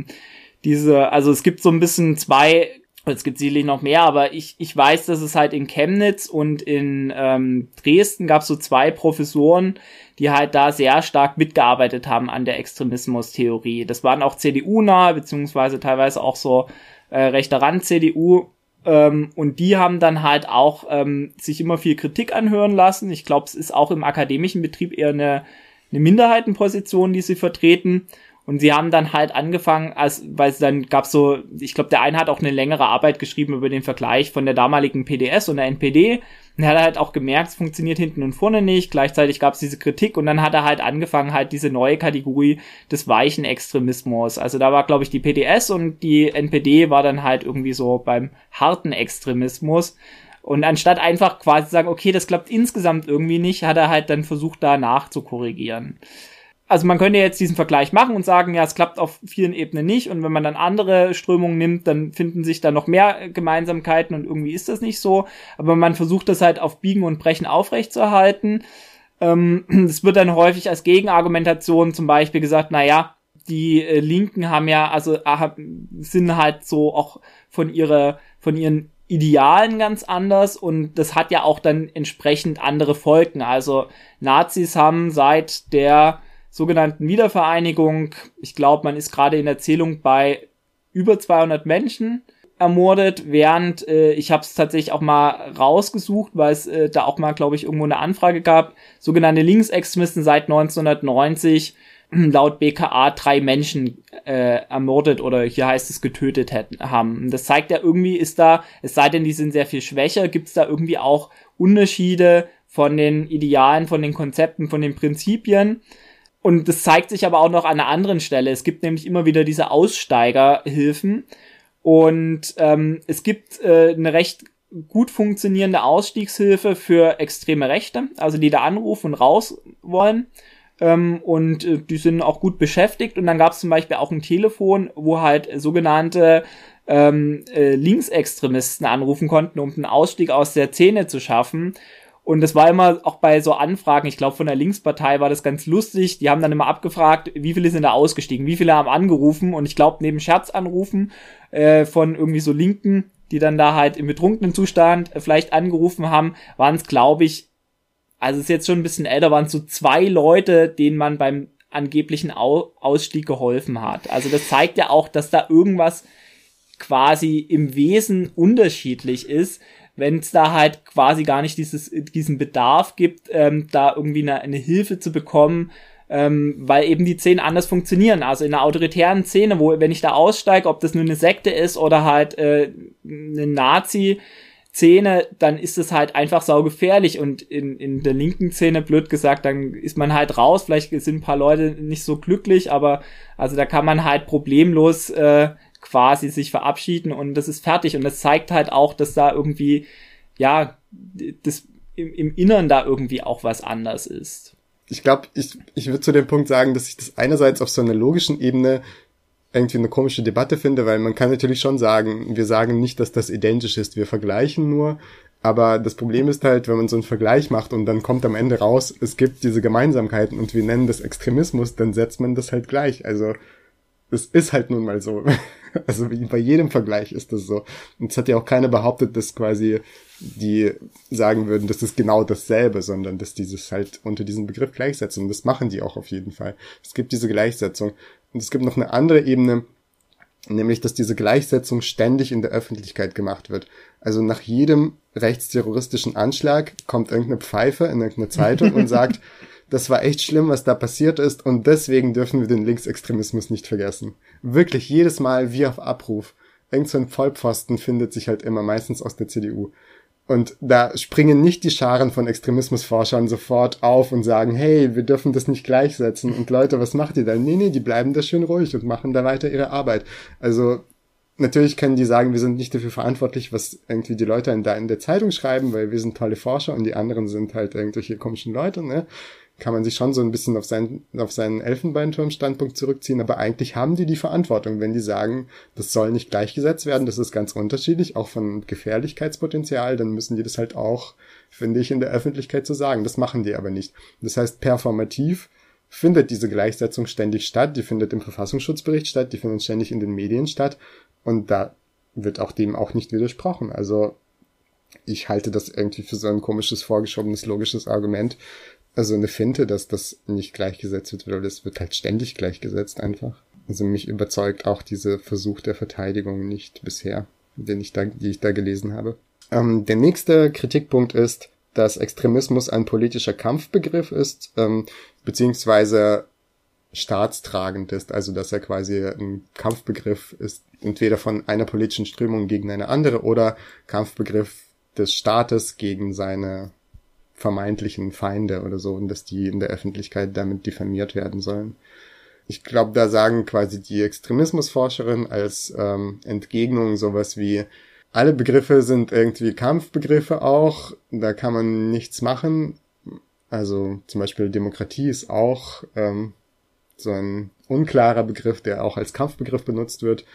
also es gibt so ein bisschen es gibt sicherlich noch mehr, aber ich weiß, dass es halt in Chemnitz und in Dresden gab es so 2 Professoren, die halt da sehr stark mitgearbeitet haben an der Extremismustheorie. Das waren auch CDU-nahe, beziehungsweise teilweise auch so rechter Rand CDU. Und die haben dann halt auch sich immer viel Kritik anhören lassen. Ich glaube, es ist auch im akademischen Betrieb eher eine Minderheitenposition, die sie vertreten. Und sie haben dann halt angefangen, weil es dann gab so, ich glaube, der eine hat auch eine längere Arbeit geschrieben über den Vergleich von der damaligen PDS und der NPD. Und er hat halt auch gemerkt, es funktioniert hinten und vorne nicht. Gleichzeitig gab es diese Kritik und dann hat er halt angefangen, halt diese neue Kategorie des weichen Extremismus. Also da war, glaube ich, die PDS und die NPD war dann halt irgendwie so beim harten Extremismus. Und anstatt einfach quasi zu sagen, okay, das klappt insgesamt irgendwie nicht, hat er halt dann versucht, da nachzukorrigieren. Also man könnte jetzt diesen Vergleich machen und sagen, ja, es klappt auf vielen Ebenen nicht und wenn man dann andere Strömungen nimmt, dann finden sich da noch mehr Gemeinsamkeiten und irgendwie ist das nicht so, aber man versucht das halt auf Biegen und Brechen aufrechtzuerhalten. Es wird dann häufig als Gegenargumentation zum Beispiel gesagt, naja, die Linken haben ja, sind halt so auch von ihren Idealen ganz anders und das hat ja auch dann entsprechend andere Folgen. Also Nazis haben seit der sogenannten Wiedervereinigung, ich glaube, man ist gerade in der Zählung bei über 200 Menschen ermordet, während ich habe es tatsächlich auch mal rausgesucht, weil es da auch mal, glaube ich, irgendwo eine Anfrage gab, sogenannte Linksextremisten seit 1990 laut BKA 3 Menschen ermordet oder hier heißt es getötet haben. Das zeigt ja irgendwie, es sei denn, die sind sehr viel schwächer, gibt es da irgendwie auch Unterschiede von den Idealen, von den Konzepten, von den Prinzipien. Und das zeigt sich aber auch noch an einer anderen Stelle. Es gibt nämlich immer wieder diese Aussteigerhilfen und es gibt eine recht gut funktionierende Ausstiegshilfe für extreme Rechte, also die da anrufen und raus wollen und die sind auch gut beschäftigt. Und dann gab es zum Beispiel auch ein Telefon, wo halt sogenannte Linksextremisten anrufen konnten, um einen Ausstieg aus der Szene zu schaffen. Und das war immer auch bei so Anfragen, ich glaube von der Linkspartei war das ganz lustig, die haben dann immer abgefragt, wie viele sind da ausgestiegen, wie viele haben angerufen und ich glaube neben Scherzanrufen von irgendwie so Linken, die dann da halt im betrunkenen Zustand vielleicht angerufen haben, waren es glaube ich, also es ist jetzt schon ein bisschen älter, waren es so 2 Leute, denen man beim angeblichen Ausstieg geholfen hat. Also das zeigt ja auch, dass da irgendwas quasi im Wesen unterschiedlich ist, wenn es da halt quasi gar nicht diesen Bedarf gibt, da irgendwie eine Hilfe zu bekommen, weil eben die Szenen anders funktionieren. Also in einer autoritären Szene, wo, wenn ich da aussteige, ob das nur eine Sekte ist oder halt eine Nazi-Szene, dann ist es halt einfach saugefährlich und in der linken Szene, blöd gesagt, dann ist man halt raus, vielleicht sind ein paar Leute nicht so glücklich, aber also da kann man halt problemlos quasi sich verabschieden und das ist fertig. Und das zeigt halt auch, dass da irgendwie, ja, das im Innern da irgendwie auch was anders ist. Ich glaube, ich würde zu dem Punkt sagen, dass ich das einerseits auf so einer logischen Ebene irgendwie eine komische Debatte finde, weil man kann natürlich schon sagen, wir sagen nicht, dass das identisch ist, wir vergleichen nur, aber das Problem ist halt, wenn man so einen Vergleich macht und dann kommt am Ende raus, es gibt diese Gemeinsamkeiten und wir nennen das Extremismus, dann setzt man das halt gleich. Also das ist halt nun mal so. Also wie bei jedem Vergleich ist das so. Und es hat ja auch keiner behauptet, dass quasi die sagen würden, das ist genau dasselbe, sondern dass die das halt unter diesen Begriff gleichsetzen. Und das machen die auch auf jeden Fall. Es gibt diese Gleichsetzung. Und es gibt noch eine andere Ebene, nämlich, dass diese Gleichsetzung ständig in der Öffentlichkeit gemacht wird. Also nach jedem rechtsterroristischen Anschlag kommt irgendeine Pfeife in irgendeine Zeitung und sagt, das war echt schlimm, was da passiert ist und deswegen dürfen wir den Linksextremismus nicht vergessen. Wirklich, jedes Mal wie auf Abruf. Irgend so ein Vollpfosten findet sich halt immer, meistens aus der CDU. Und da springen nicht die Scharen von Extremismusforschern sofort auf und sagen, hey, wir dürfen das nicht gleichsetzen. Und Leute, was macht ihr da? Nee, die bleiben da schön ruhig und machen da weiter ihre Arbeit. Also natürlich können die sagen, wir sind nicht dafür verantwortlich, was irgendwie die Leute in der Zeitung schreiben, weil wir sind tolle Forscher und die anderen sind halt irgendwelche komischen Leute, ne? kann man sich schon so ein bisschen auf seinen Elfenbeinturm-Standpunkt zurückziehen, aber eigentlich haben die Verantwortung, wenn die sagen, das soll nicht gleichgesetzt werden, das ist ganz unterschiedlich, auch von Gefährlichkeitspotenzial, dann müssen die das halt auch, finde ich, in der Öffentlichkeit so sagen. Das machen die aber nicht. Das heißt, performativ findet diese Gleichsetzung ständig statt, die findet im Verfassungsschutzbericht statt, die findet ständig in den Medien statt und da wird auch dem auch nicht widersprochen. Also ich halte das irgendwie für so ein komisches, vorgeschobenes, logisches Argument. Also eine Finte, dass das nicht gleichgesetzt wird, weil das wird halt ständig gleichgesetzt einfach. Also mich überzeugt auch dieser Versuch der Verteidigung nicht bisher, die ich da gelesen habe. Der nächste Kritikpunkt ist, dass Extremismus ein politischer Kampfbegriff ist, beziehungsweise staatstragend ist, also dass er quasi ein Kampfbegriff ist, entweder von einer politischen Strömung gegen eine andere oder Kampfbegriff des Staates gegen seine vermeintlichen Feinde oder so, und dass die in der Öffentlichkeit damit diffamiert werden sollen. Ich glaube, da sagen quasi die Extremismusforscherin als Entgegnung sowas wie, alle Begriffe sind irgendwie Kampfbegriffe auch, da kann man nichts machen. Also zum Beispiel Demokratie ist auch so ein unklarer Begriff, der auch als Kampfbegriff benutzt wird.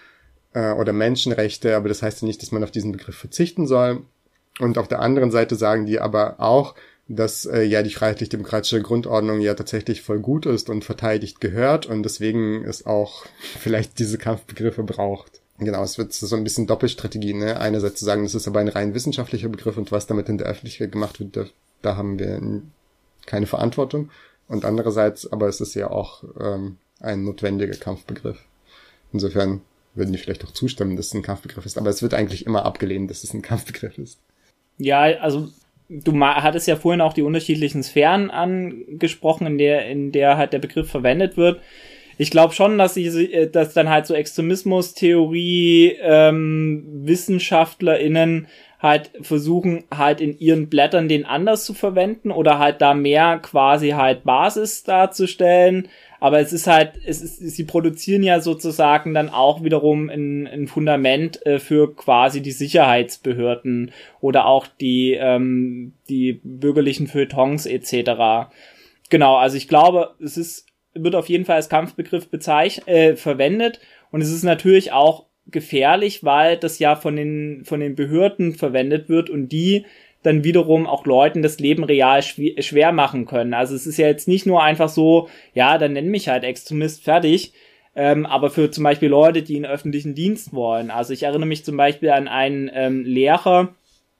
Oder Menschenrechte, aber das heißt ja nicht, dass man auf diesen Begriff verzichten soll. Und auf der anderen Seite sagen die aber auch, dass ja die freiheitlich-demokratische Grundordnung ja tatsächlich voll gut ist und verteidigt gehört und deswegen es auch vielleicht diese Kampfbegriffe braucht. Genau, es wird so ein bisschen Doppelstrategie, ne? Einerseits zu sagen, das ist aber ein rein wissenschaftlicher Begriff und was damit in der Öffentlichkeit gemacht wird, da haben wir keine Verantwortung. Und andererseits, aber es ist ja auch ein notwendiger Kampfbegriff. Insofern würden die vielleicht auch zustimmen, dass es ein Kampfbegriff ist. Aber es wird eigentlich immer abgelehnt, dass es ein Kampfbegriff ist. Ja, also du hattest ja vorhin auch die unterschiedlichen Sphären angesprochen, in der halt der Begriff verwendet wird. Ich glaube schon, dass dann halt so Extremismus-Theorie WissenschaftlerInnen halt versuchen, halt in ihren Blättern den anders zu verwenden oder halt da mehr quasi halt Basis darzustellen. Aber es ist halt, sie produzieren ja sozusagen dann auch wiederum ein Fundament für quasi die Sicherheitsbehörden oder auch die bürgerlichen Feuilletons etc. Genau, also ich glaube, wird auf jeden Fall als Kampfbegriff verwendet und es ist natürlich auch gefährlich, weil das ja von den Behörden verwendet wird und die dann wiederum auch Leuten das Leben real schwer machen können. Also es ist ja jetzt nicht nur einfach so, ja, dann nenn mich halt Extremist, fertig, aber für zum Beispiel Leute, die in öffentlichen Dienst wollen. Also ich erinnere mich zum Beispiel an einen Lehrer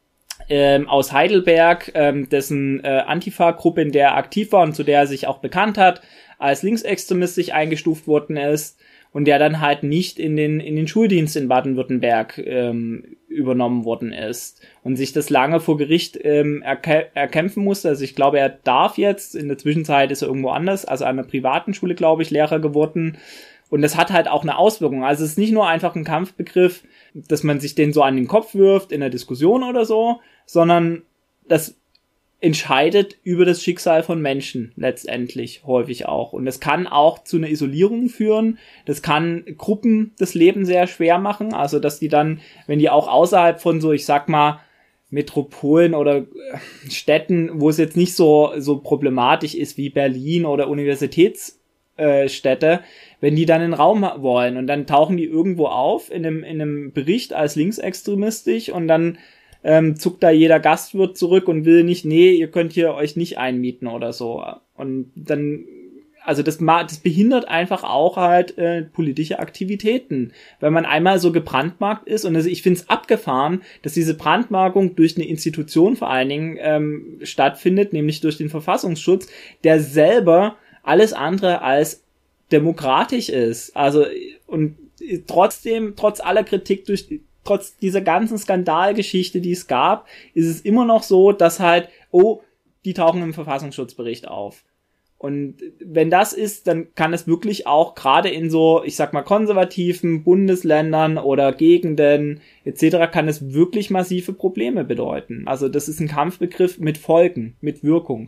aus Heidelberg, dessen Antifa-Gruppe, in der er aktiv war und zu der er sich auch bekannt hat, als linksextremistisch eingestuft worden ist und der dann halt nicht in den Schuldienst in Baden-Württemberg übernommen worden ist und sich das lange vor Gericht erkämpfen musste. Also ich glaube, er darf jetzt, in der Zwischenzeit ist er irgendwo anders, also an einer privaten Schule, glaube ich, Lehrer geworden. Und das hat halt auch eine Auswirkung. Also es ist nicht nur einfach ein Kampfbegriff, dass man sich den so an den Kopf wirft in der Diskussion oder so, sondern das entscheidet über das Schicksal von Menschen letztendlich häufig auch. Und das kann auch zu einer Isolierung führen. Das kann Gruppen das Leben sehr schwer machen. Also, dass die dann, wenn die auch außerhalb von so, ich sag mal, Metropolen oder Städten, wo es jetzt nicht so problematisch ist wie Berlin oder Universitätsstädte, wenn die dann einen Raum wollen und dann tauchen die irgendwo auf in einem Bericht als linksextremistisch und dann zuckt da jeder Gastwirt zurück und will nicht, nee, ihr könnt hier euch nicht einmieten oder so. Und dann, also das behindert einfach auch halt politische Aktivitäten, weil man einmal so gebrandmarkt ist und also ich finde es abgefahren, dass diese Brandmarkung durch eine Institution vor allen Dingen stattfindet, nämlich durch den Verfassungsschutz, der selber alles andere als demokratisch ist. Also und trotzdem, trotz aller Kritik trotz dieser ganzen Skandalgeschichte, die es gab, ist es immer noch so, dass halt, die tauchen im Verfassungsschutzbericht auf. Und wenn das ist, dann kann es wirklich auch gerade in so, ich sag mal, konservativen Bundesländern oder Gegenden etc. kann es wirklich massive Probleme bedeuten. Also das ist ein Kampfbegriff mit Folgen, mit Wirkung.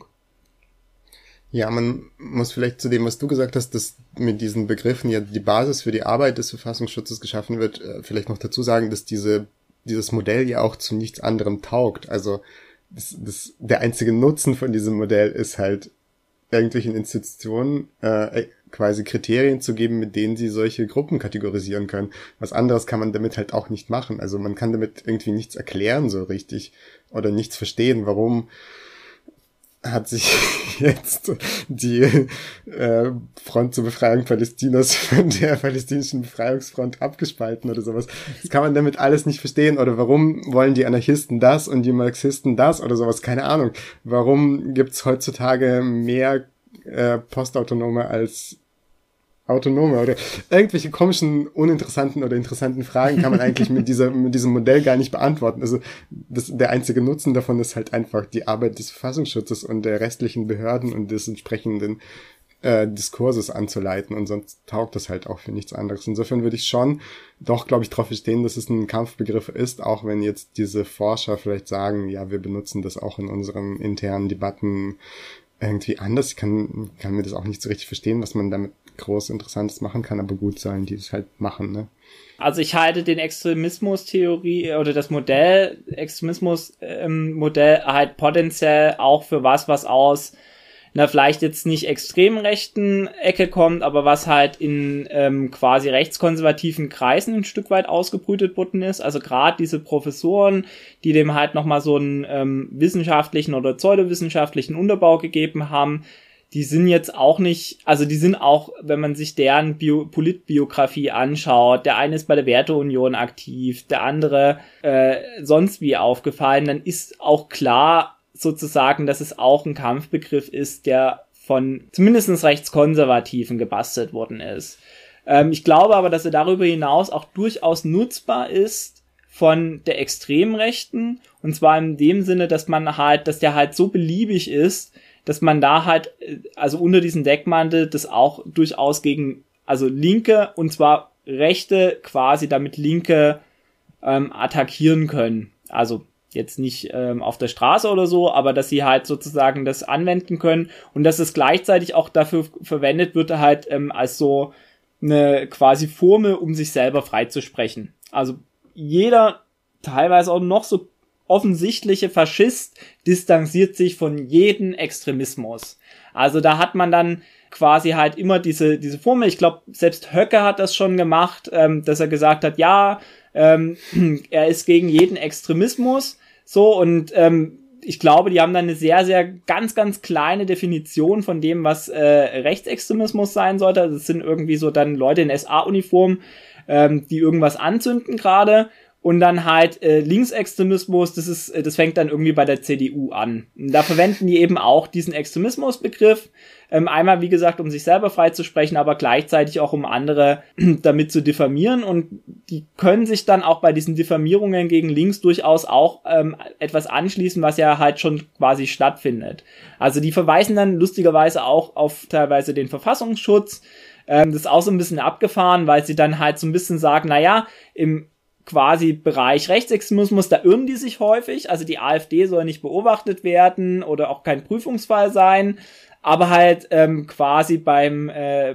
Ja, man muss vielleicht zu dem, was du gesagt hast, dass mit diesen Begriffen ja die Basis für die Arbeit des Verfassungsschutzes geschaffen wird, vielleicht noch dazu sagen, dass dieses Modell ja auch zu nichts anderem taugt. Also der einzige Nutzen von diesem Modell ist halt irgendwelchen Institutionen quasi Kriterien zu geben, mit denen sie solche Gruppen kategorisieren können. Was anderes kann man damit halt auch nicht machen. Also man kann damit irgendwie nichts erklären so richtig oder nichts verstehen, warum hat sich jetzt die Front zur Befreiung Palästinas von der palästinensischen Befreiungsfront abgespalten oder sowas. Das kann man damit alles nicht verstehen. Oder warum wollen die Anarchisten das und die Marxisten das oder sowas? Keine Ahnung. Warum gibt's heutzutage mehr Postautonome als Autonome oder irgendwelche komischen, uninteressanten oder interessanten Fragen kann man eigentlich mit diesem Modell gar nicht beantworten. Also der einzige Nutzen davon ist halt einfach die Arbeit des Verfassungsschutzes und der restlichen Behörden und des entsprechenden Diskurses anzuleiten, und sonst taugt das halt auch für nichts anderes. Insofern würde ich schon doch, glaube ich, darauf bestehen, dass es ein Kampfbegriff ist, auch wenn jetzt diese Forscher vielleicht sagen, ja, wir benutzen das auch in unseren internen Debatten irgendwie anders. Ich kann mir das auch nicht so richtig verstehen, was man damit groß Interessantes machen kann, aber gut sollen die es halt machen, ne? Also ich halte den Extremismus-Theorie oder das Modell, Extremismus-Modell halt potenziell auch für was aus einer vielleicht jetzt nicht extrem rechten Ecke kommt, aber was halt in quasi rechtskonservativen Kreisen ein Stück weit ausgebrütet worden ist. Also gerade diese Professoren, die dem halt nochmal so einen wissenschaftlichen oder pseudowissenschaftlichen Unterbau gegeben haben, die sind jetzt auch nicht, also die sind auch, wenn man sich deren Politbiografie anschaut, der eine ist bei der Werteunion aktiv, der andere sonst wie aufgefallen, dann ist auch klar sozusagen, dass es auch ein Kampfbegriff ist, der von zumindest Rechtskonservativen gebastelt worden ist. Ich glaube aber, dass er darüber hinaus auch durchaus nutzbar ist von der Extremrechten, und zwar in dem Sinne, dass der halt so beliebig ist, dass man da halt, also unter diesem Deckmantel, das auch durchaus gegen, also Linke, und zwar Rechte quasi damit Linke attackieren können. Also jetzt nicht auf der Straße oder so, aber dass sie halt sozusagen das anwenden können und dass es gleichzeitig auch dafür verwendet wird, halt als so eine quasi Formel, um sich selber freizusprechen. Also jeder, teilweise auch noch so offensichtliche Faschist distanziert sich von jedem Extremismus. Also da hat man dann quasi halt immer diese Formel. Ich glaube, selbst Höcke hat das schon gemacht, dass er gesagt hat, ja, er ist gegen jeden Extremismus. So, und ich glaube, die haben dann eine sehr, sehr ganz, ganz kleine Definition von dem, was Rechtsextremismus sein sollte. Also es sind irgendwie so dann Leute in SA-Uniform, die irgendwas anzünden gerade. Und dann halt Linksextremismus, das fängt dann irgendwie bei der CDU an. Und da verwenden die eben auch diesen Extremismusbegriff, einmal wie gesagt, um sich selber freizusprechen, aber gleichzeitig auch um andere damit zu diffamieren. Und die können sich dann auch bei diesen Diffamierungen gegen links durchaus auch etwas anschließen, was ja halt schon quasi stattfindet. Also die verweisen dann lustigerweise auch auf teilweise den Verfassungsschutz. Das ist auch so ein bisschen abgefahren, weil sie dann halt so ein bisschen sagen, naja, im quasi Bereich Rechtsextremismus, da irren die sich häufig, also die AfD soll nicht beobachtet werden oder auch kein Prüfungsfall sein, aber halt quasi beim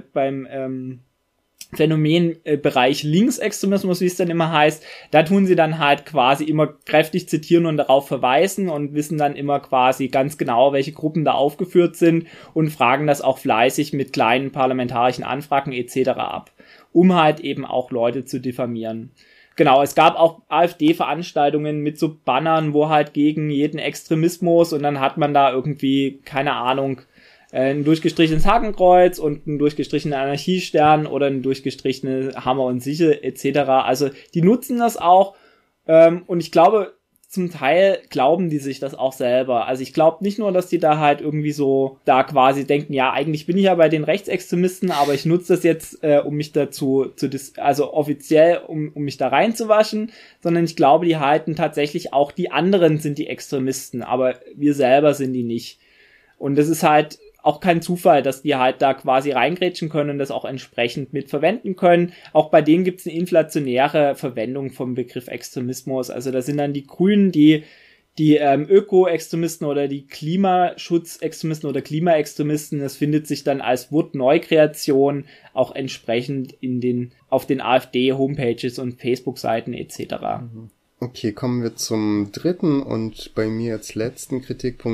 Phänomenbereich Linksextremismus, wie es dann immer heißt, da tun sie dann halt quasi immer kräftig zitieren und darauf verweisen und wissen dann immer quasi ganz genau, welche Gruppen da aufgeführt sind und fragen das auch fleißig mit kleinen parlamentarischen Anfragen etc. ab, um halt eben auch Leute zu diffamieren. Genau, es gab auch AfD-Veranstaltungen mit so Bannern, wo halt gegen jeden Extremismus, und dann hat man da irgendwie, keine Ahnung, ein durchgestrichenes Hakenkreuz und ein durchgestrichener Anarchiestern oder ein durchgestrichenes Hammer und Sichel etc. Also die nutzen das auch, und ich glaube, zum Teil glauben die sich das auch selber. Also ich glaube nicht nur, dass die da halt irgendwie so da quasi denken, ja, eigentlich bin ich ja bei den Rechtsextremisten, aber ich nutze das jetzt, um mich dazu also offiziell, um mich da reinzuwaschen, sondern ich glaube, die halten tatsächlich auch, die anderen sind die Extremisten, aber wir selber sind die nicht. Und das ist halt auch kein Zufall, dass die halt da quasi reingrätschen können und das auch entsprechend mit verwenden können. Auch bei denen gibt es eine inflationäre Verwendung vom Begriff Extremismus. Also da sind dann die Grünen, die Öko-Extremisten oder die Klimaschutzextremisten oder Klimaextremisten. Das findet sich dann als Wortneukreation auch entsprechend auf den AfD-Homepages und Facebook-Seiten etc. Okay, kommen wir zum dritten und bei mir jetzt letzten Kritikpunkt,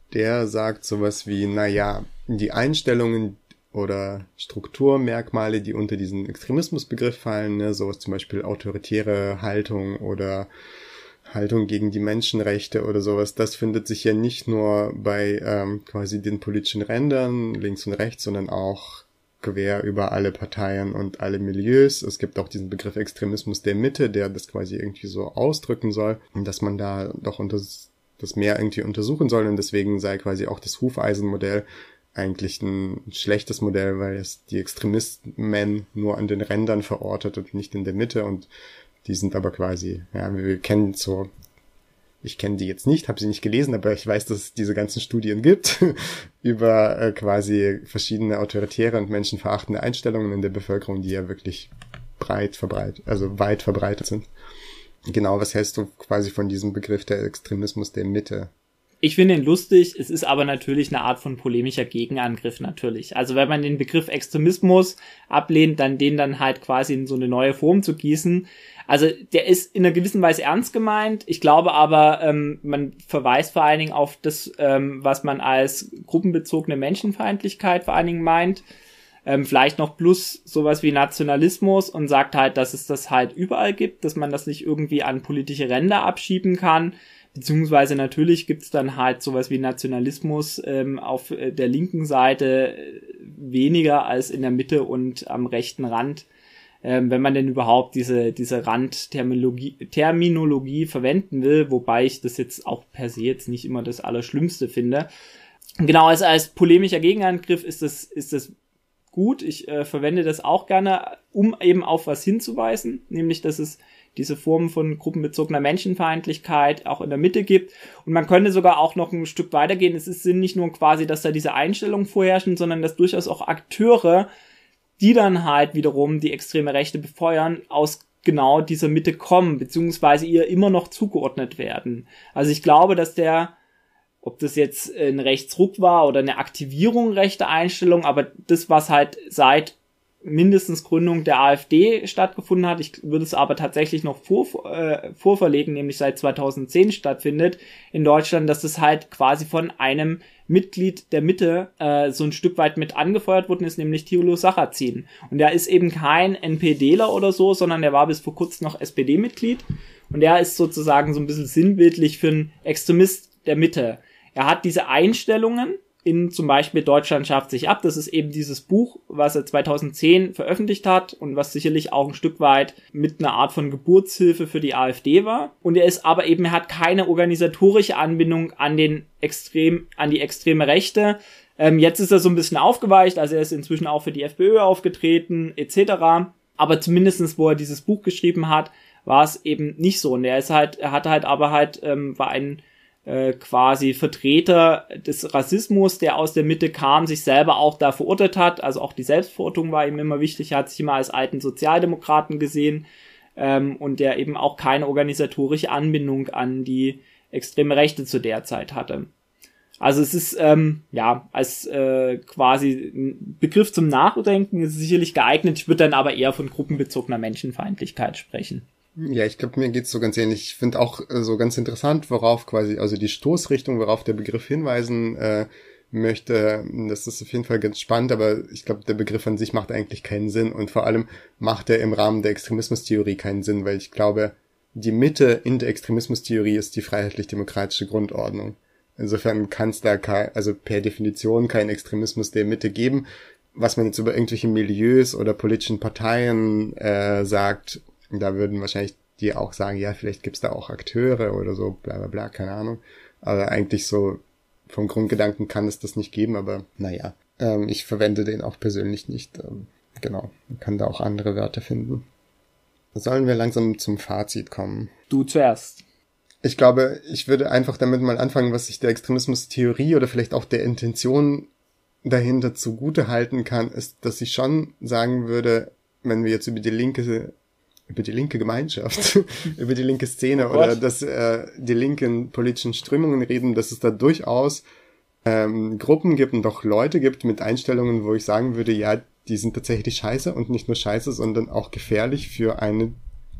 der sagt sowas wie, naja, die Einstellungen oder Strukturmerkmale, die unter diesen Extremismusbegriff fallen, ne, sowas zum Beispiel autoritäre Haltung oder Haltung gegen die Menschenrechte oder sowas, das findet sich ja nicht nur bei quasi den politischen Rändern, links und rechts, sondern auch quer über alle Parteien und alle Milieus. Es gibt auch diesen Begriff Extremismus der Mitte, der das quasi irgendwie so ausdrücken soll, dass man da doch das mehr irgendwie untersuchen soll, und deswegen sei quasi auch das Hufeisenmodell eigentlich ein schlechtes Modell, weil es die Extremisten nur an den Rändern verortet und nicht in der Mitte, und die sind aber quasi, ja, ich kenne die jetzt nicht, habe sie nicht gelesen, aber ich weiß, dass es diese ganzen Studien gibt über quasi verschiedene autoritäre und menschenverachtende Einstellungen in der Bevölkerung, die ja wirklich weit verbreitet sind. Genau, was hältst du quasi von diesem Begriff der Extremismus der Mitte? Ich finde ihn lustig, es ist aber natürlich eine Art von polemischer Gegenangriff natürlich. Also wenn man den Begriff Extremismus ablehnt, dann den dann halt quasi in so eine neue Form zu gießen. Also der ist in einer gewissen Weise ernst gemeint. Ich glaube aber, man verweist vor allen Dingen auf das, was man als gruppenbezogene Menschenfeindlichkeit vor allen Dingen meint. Vielleicht noch plus sowas wie Nationalismus, und sagt halt, dass es das halt überall gibt, dass man das nicht irgendwie an politische Ränder abschieben kann. Beziehungsweise natürlich gibt's dann halt sowas wie Nationalismus auf der linken Seite weniger als in der Mitte und am rechten Rand, wenn man denn überhaupt diese Randterminologie verwenden will, wobei ich das jetzt auch per se jetzt nicht immer das Allerschlimmste finde. Genau, also als polemischer Gegenangriff ist das gut. Ich verwende das auch gerne, um eben auf was hinzuweisen, nämlich dass es diese Formen von gruppenbezogener Menschenfeindlichkeit auch in der Mitte gibt. Und man könnte sogar auch noch ein Stück weitergehen. Es ist nicht nur quasi, dass da diese Einstellungen vorherrschen, sondern dass durchaus auch Akteure, die dann halt wiederum die extreme Rechte befeuern, aus genau dieser Mitte kommen, beziehungsweise ihr immer noch zugeordnet werden. Also ich glaube, dass ob das jetzt ein Rechtsruck war oder eine Aktivierung rechter Einstellung, aber das, was halt seit mindestens Gründung der AfD stattgefunden hat, ich würde es aber tatsächlich noch vorverlegen, nämlich seit 2010 stattfindet in Deutschland, dass das halt quasi von einem Mitglied der Mitte so ein Stück weit mit angefeuert worden ist, nämlich Thilo Sarrazin. Und der ist eben kein NPDler oder so, sondern der war bis vor kurzem noch SPD-Mitglied, und der ist sozusagen so ein bisschen sinnbildlich für einen Extremist der Mitte. Er hat diese Einstellungen in zum Beispiel Deutschland schafft sich ab. Das ist eben dieses Buch, was er 2010 veröffentlicht hat und was sicherlich auch ein Stück weit mit einer Art von Geburtshilfe für die AfD war. Und er hat keine organisatorische Anbindung an die extreme Rechte. Jetzt ist er so ein bisschen aufgeweicht, also er ist inzwischen auch für die FPÖ aufgetreten, etc. Aber zumindestens, wo er dieses Buch geschrieben hat, war es eben nicht so. Und war ein quasi Vertreter des Rassismus, der aus der Mitte kam, sich selber auch da verurteilt hat, also auch die Selbstverurteilung war ihm immer wichtig, er hat sich immer als alten Sozialdemokraten gesehen, und der eben auch keine organisatorische Anbindung an die extreme Rechte zu der Zeit hatte. Also es ist, als quasi ein Begriff zum Nachdenken ist sicherlich geeignet, ich würde dann aber eher von gruppenbezogener Menschenfeindlichkeit sprechen. Ja, ich glaube, mir geht's so ganz ähnlich. Ich finde auch so ganz interessant, worauf quasi, also die Stoßrichtung, worauf der Begriff hinweisen möchte, das ist auf jeden Fall ganz spannend, aber ich glaube, der Begriff an sich macht eigentlich keinen Sinn, und vor allem macht er im Rahmen der Extremismustheorie keinen Sinn, weil ich glaube, die Mitte in der Extremismustheorie ist die freiheitlich-demokratische Grundordnung. Insofern kann es da per Definition keinen Extremismus der Mitte geben. Was man jetzt über irgendwelche Milieus oder politischen Parteien sagt, da würden wahrscheinlich die auch sagen, ja, vielleicht gibt's da auch Akteure oder so, bla bla bla, keine Ahnung. Aber eigentlich so vom Grundgedanken kann es das nicht geben, aber naja, ich verwende den auch persönlich nicht. Genau, man kann da auch andere Wörter finden. Sollen wir langsam zum Fazit kommen? Du zuerst. Ich glaube, ich würde einfach damit mal anfangen, was ich der Extremismustheorie oder vielleicht auch der Intention dahinter zugute halten kann, ist, dass ich schon sagen würde, wenn wir jetzt über die linke Gemeinschaft, über die linke Szene oder die linken politischen Strömungen reden, dass es da durchaus Gruppen gibt und auch Leute gibt mit Einstellungen, wo ich sagen würde, ja, die sind tatsächlich scheiße und nicht nur scheiße, sondern auch gefährlich für eine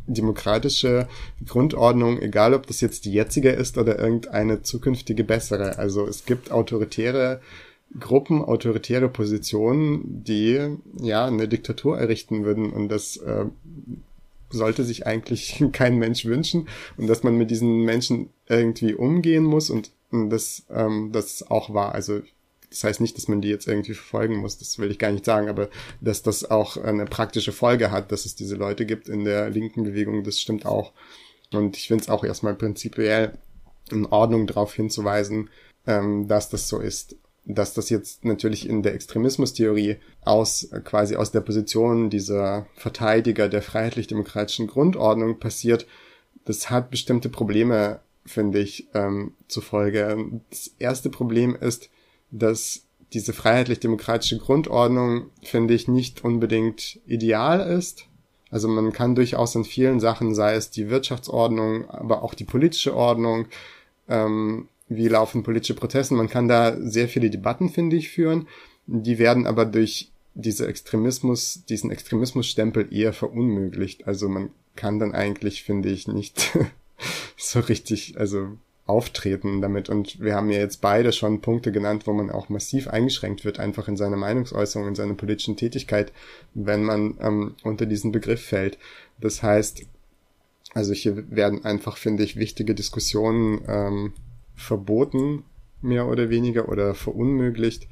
demokratische Grundordnung, egal ob das jetzt die jetzige ist oder irgendeine zukünftige bessere. Also es gibt autoritäre Gruppen, autoritäre Positionen, die ja eine Diktatur errichten würden, und das sollte sich eigentlich kein Mensch wünschen, und dass man mit diesen Menschen irgendwie umgehen muss, und das auch wahr. Also das heißt nicht, dass man die jetzt irgendwie verfolgen muss, das will ich gar nicht sagen, aber dass das auch eine praktische Folge hat, dass es diese Leute gibt in der linken Bewegung, das stimmt auch. Und ich finde es auch erstmal prinzipiell in Ordnung, darauf hinzuweisen, dass das so ist. Dass das jetzt natürlich in der Extremismustheorie quasi aus der Position dieser Verteidiger der freiheitlich-demokratischen Grundordnung passiert, das hat bestimmte Probleme, finde ich, zur Folge. Das erste Problem ist, dass diese freiheitlich-demokratische Grundordnung, finde ich, nicht unbedingt ideal ist. Also man kann durchaus an vielen Sachen, sei es die Wirtschaftsordnung, aber auch die politische Ordnung, wie laufen politische Proteste, man kann da sehr viele Debatten, finde ich, führen. Die werden aber durch diesen Extremismusstempel eher verunmöglicht. Also man kann dann eigentlich, finde ich, nicht so richtig, auftreten damit. Und wir haben ja jetzt beide schon Punkte genannt, wo man auch massiv eingeschränkt wird, einfach in seiner Meinungsäußerung, in seiner politischen Tätigkeit, wenn man unter diesen Begriff fällt. Das heißt, also hier werden einfach, finde ich, wichtige Diskussionen verboten, mehr oder weniger, oder verunmöglicht,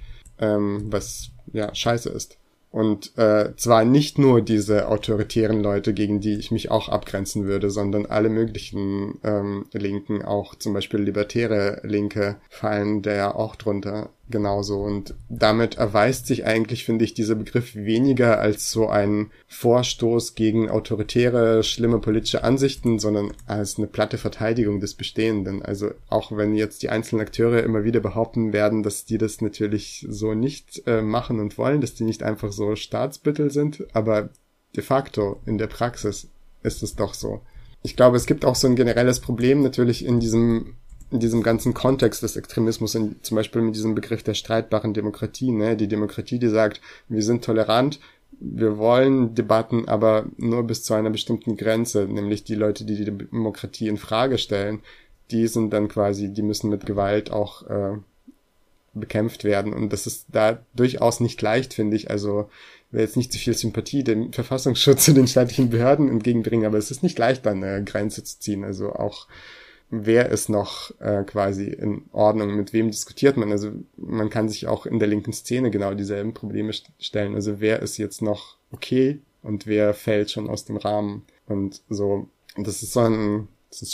was ja scheiße ist. Und zwar nicht nur diese autoritären Leute, gegen die ich mich auch abgrenzen würde, sondern alle möglichen Linken, auch zum Beispiel libertäre Linke fallen da ja auch drunter, genauso. Und damit erweist sich eigentlich, finde ich, dieser Begriff weniger als so ein Vorstoß gegen autoritäre, schlimme politische Ansichten, sondern als eine platte Verteidigung des Bestehenden. Also auch wenn jetzt die einzelnen Akteure immer wieder behaupten werden, dass die das natürlich so nicht machen und wollen, dass die nicht einfach so Staatsbüttel sind, aber de facto in der Praxis ist es doch so. Ich glaube, es gibt auch so ein generelles Problem natürlich in diesem ganzen Kontext des Extremismus, zum Beispiel mit diesem Begriff der streitbaren Demokratie, ne? Die Demokratie, die sagt, wir sind tolerant, wir wollen Debatten, aber nur bis zu einer bestimmten Grenze, nämlich die Leute, die die Demokratie in Frage stellen, die sind dann quasi, die müssen mit Gewalt auch bekämpft werden, und das ist da durchaus nicht leicht, finde ich. Also ich will jetzt nicht zu viel Sympathie dem Verfassungsschutz und den staatlichen Behörden entgegenbringen, aber es ist nicht leicht, dann eine Grenze zu ziehen. Also auch wer ist noch quasi in Ordnung, mit wem diskutiert man. Also man kann sich auch in der linken Szene genau dieselben Probleme stellen. Also wer ist jetzt noch okay und wer fällt schon aus dem Rahmen und so. Und das ist schon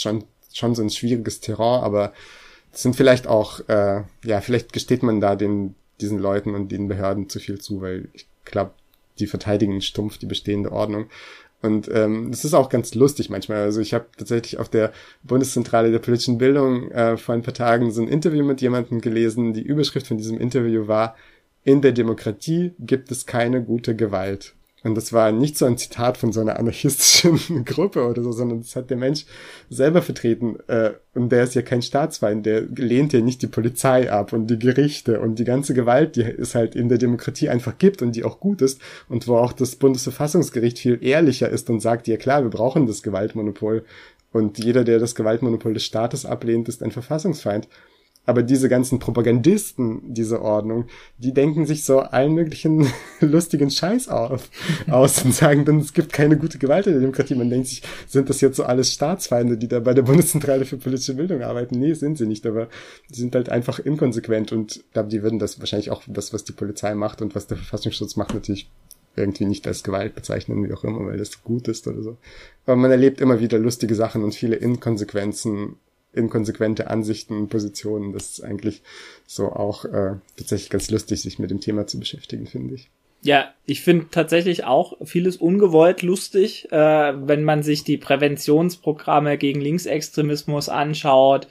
so ein schwieriges Terrain, aber es sind vielleicht auch, vielleicht gesteht man da diesen Leuten und den Behörden zu viel zu, weil ich glaube, die verteidigen stumpf die bestehende Ordnung. Und das ist auch ganz lustig manchmal. Also ich habe tatsächlich auf der Bundeszentrale der politischen Bildung vor ein paar Tagen so ein Interview mit jemandem gelesen. Die Überschrift von diesem Interview war: In der Demokratie gibt es keine gute Gewalt. Und das war nicht so ein Zitat von so einer anarchistischen Gruppe oder so, sondern das hat der Mensch selber vertreten. Und der ist ja kein Staatsfeind, der lehnt ja nicht die Polizei ab und die Gerichte und die ganze Gewalt, die es halt in der Demokratie einfach gibt und die auch gut ist und wo auch das Bundesverfassungsgericht viel ehrlicher ist und sagt, ja klar, wir brauchen das Gewaltmonopol. Und jeder, der das Gewaltmonopol des Staates ablehnt, ist ein Verfassungsfeind. Aber diese ganzen Propagandisten dieser Ordnung, die denken sich so allen möglichen lustigen Scheiß aus und sagen dann, es gibt keine gute Gewalt in der Demokratie. Man denkt sich, sind das jetzt so alles Staatsfeinde, die da bei der Bundeszentrale für politische Bildung arbeiten? Nee, sind sie nicht, aber die sind halt einfach inkonsequent, und ich glaube, die würden das wahrscheinlich auch, das, was die Polizei macht und was der Verfassungsschutz macht, natürlich irgendwie nicht als Gewalt bezeichnen, wie auch immer, weil das gut ist oder so. Aber man erlebt immer wieder lustige Sachen und viele inkonsequente Ansichten, Positionen. Das ist eigentlich so auch tatsächlich ganz lustig, sich mit dem Thema zu beschäftigen, finde ich. Ja, ich finde tatsächlich auch vieles ungewollt lustig, wenn man sich die Präventionsprogramme gegen Linksextremismus anschaut,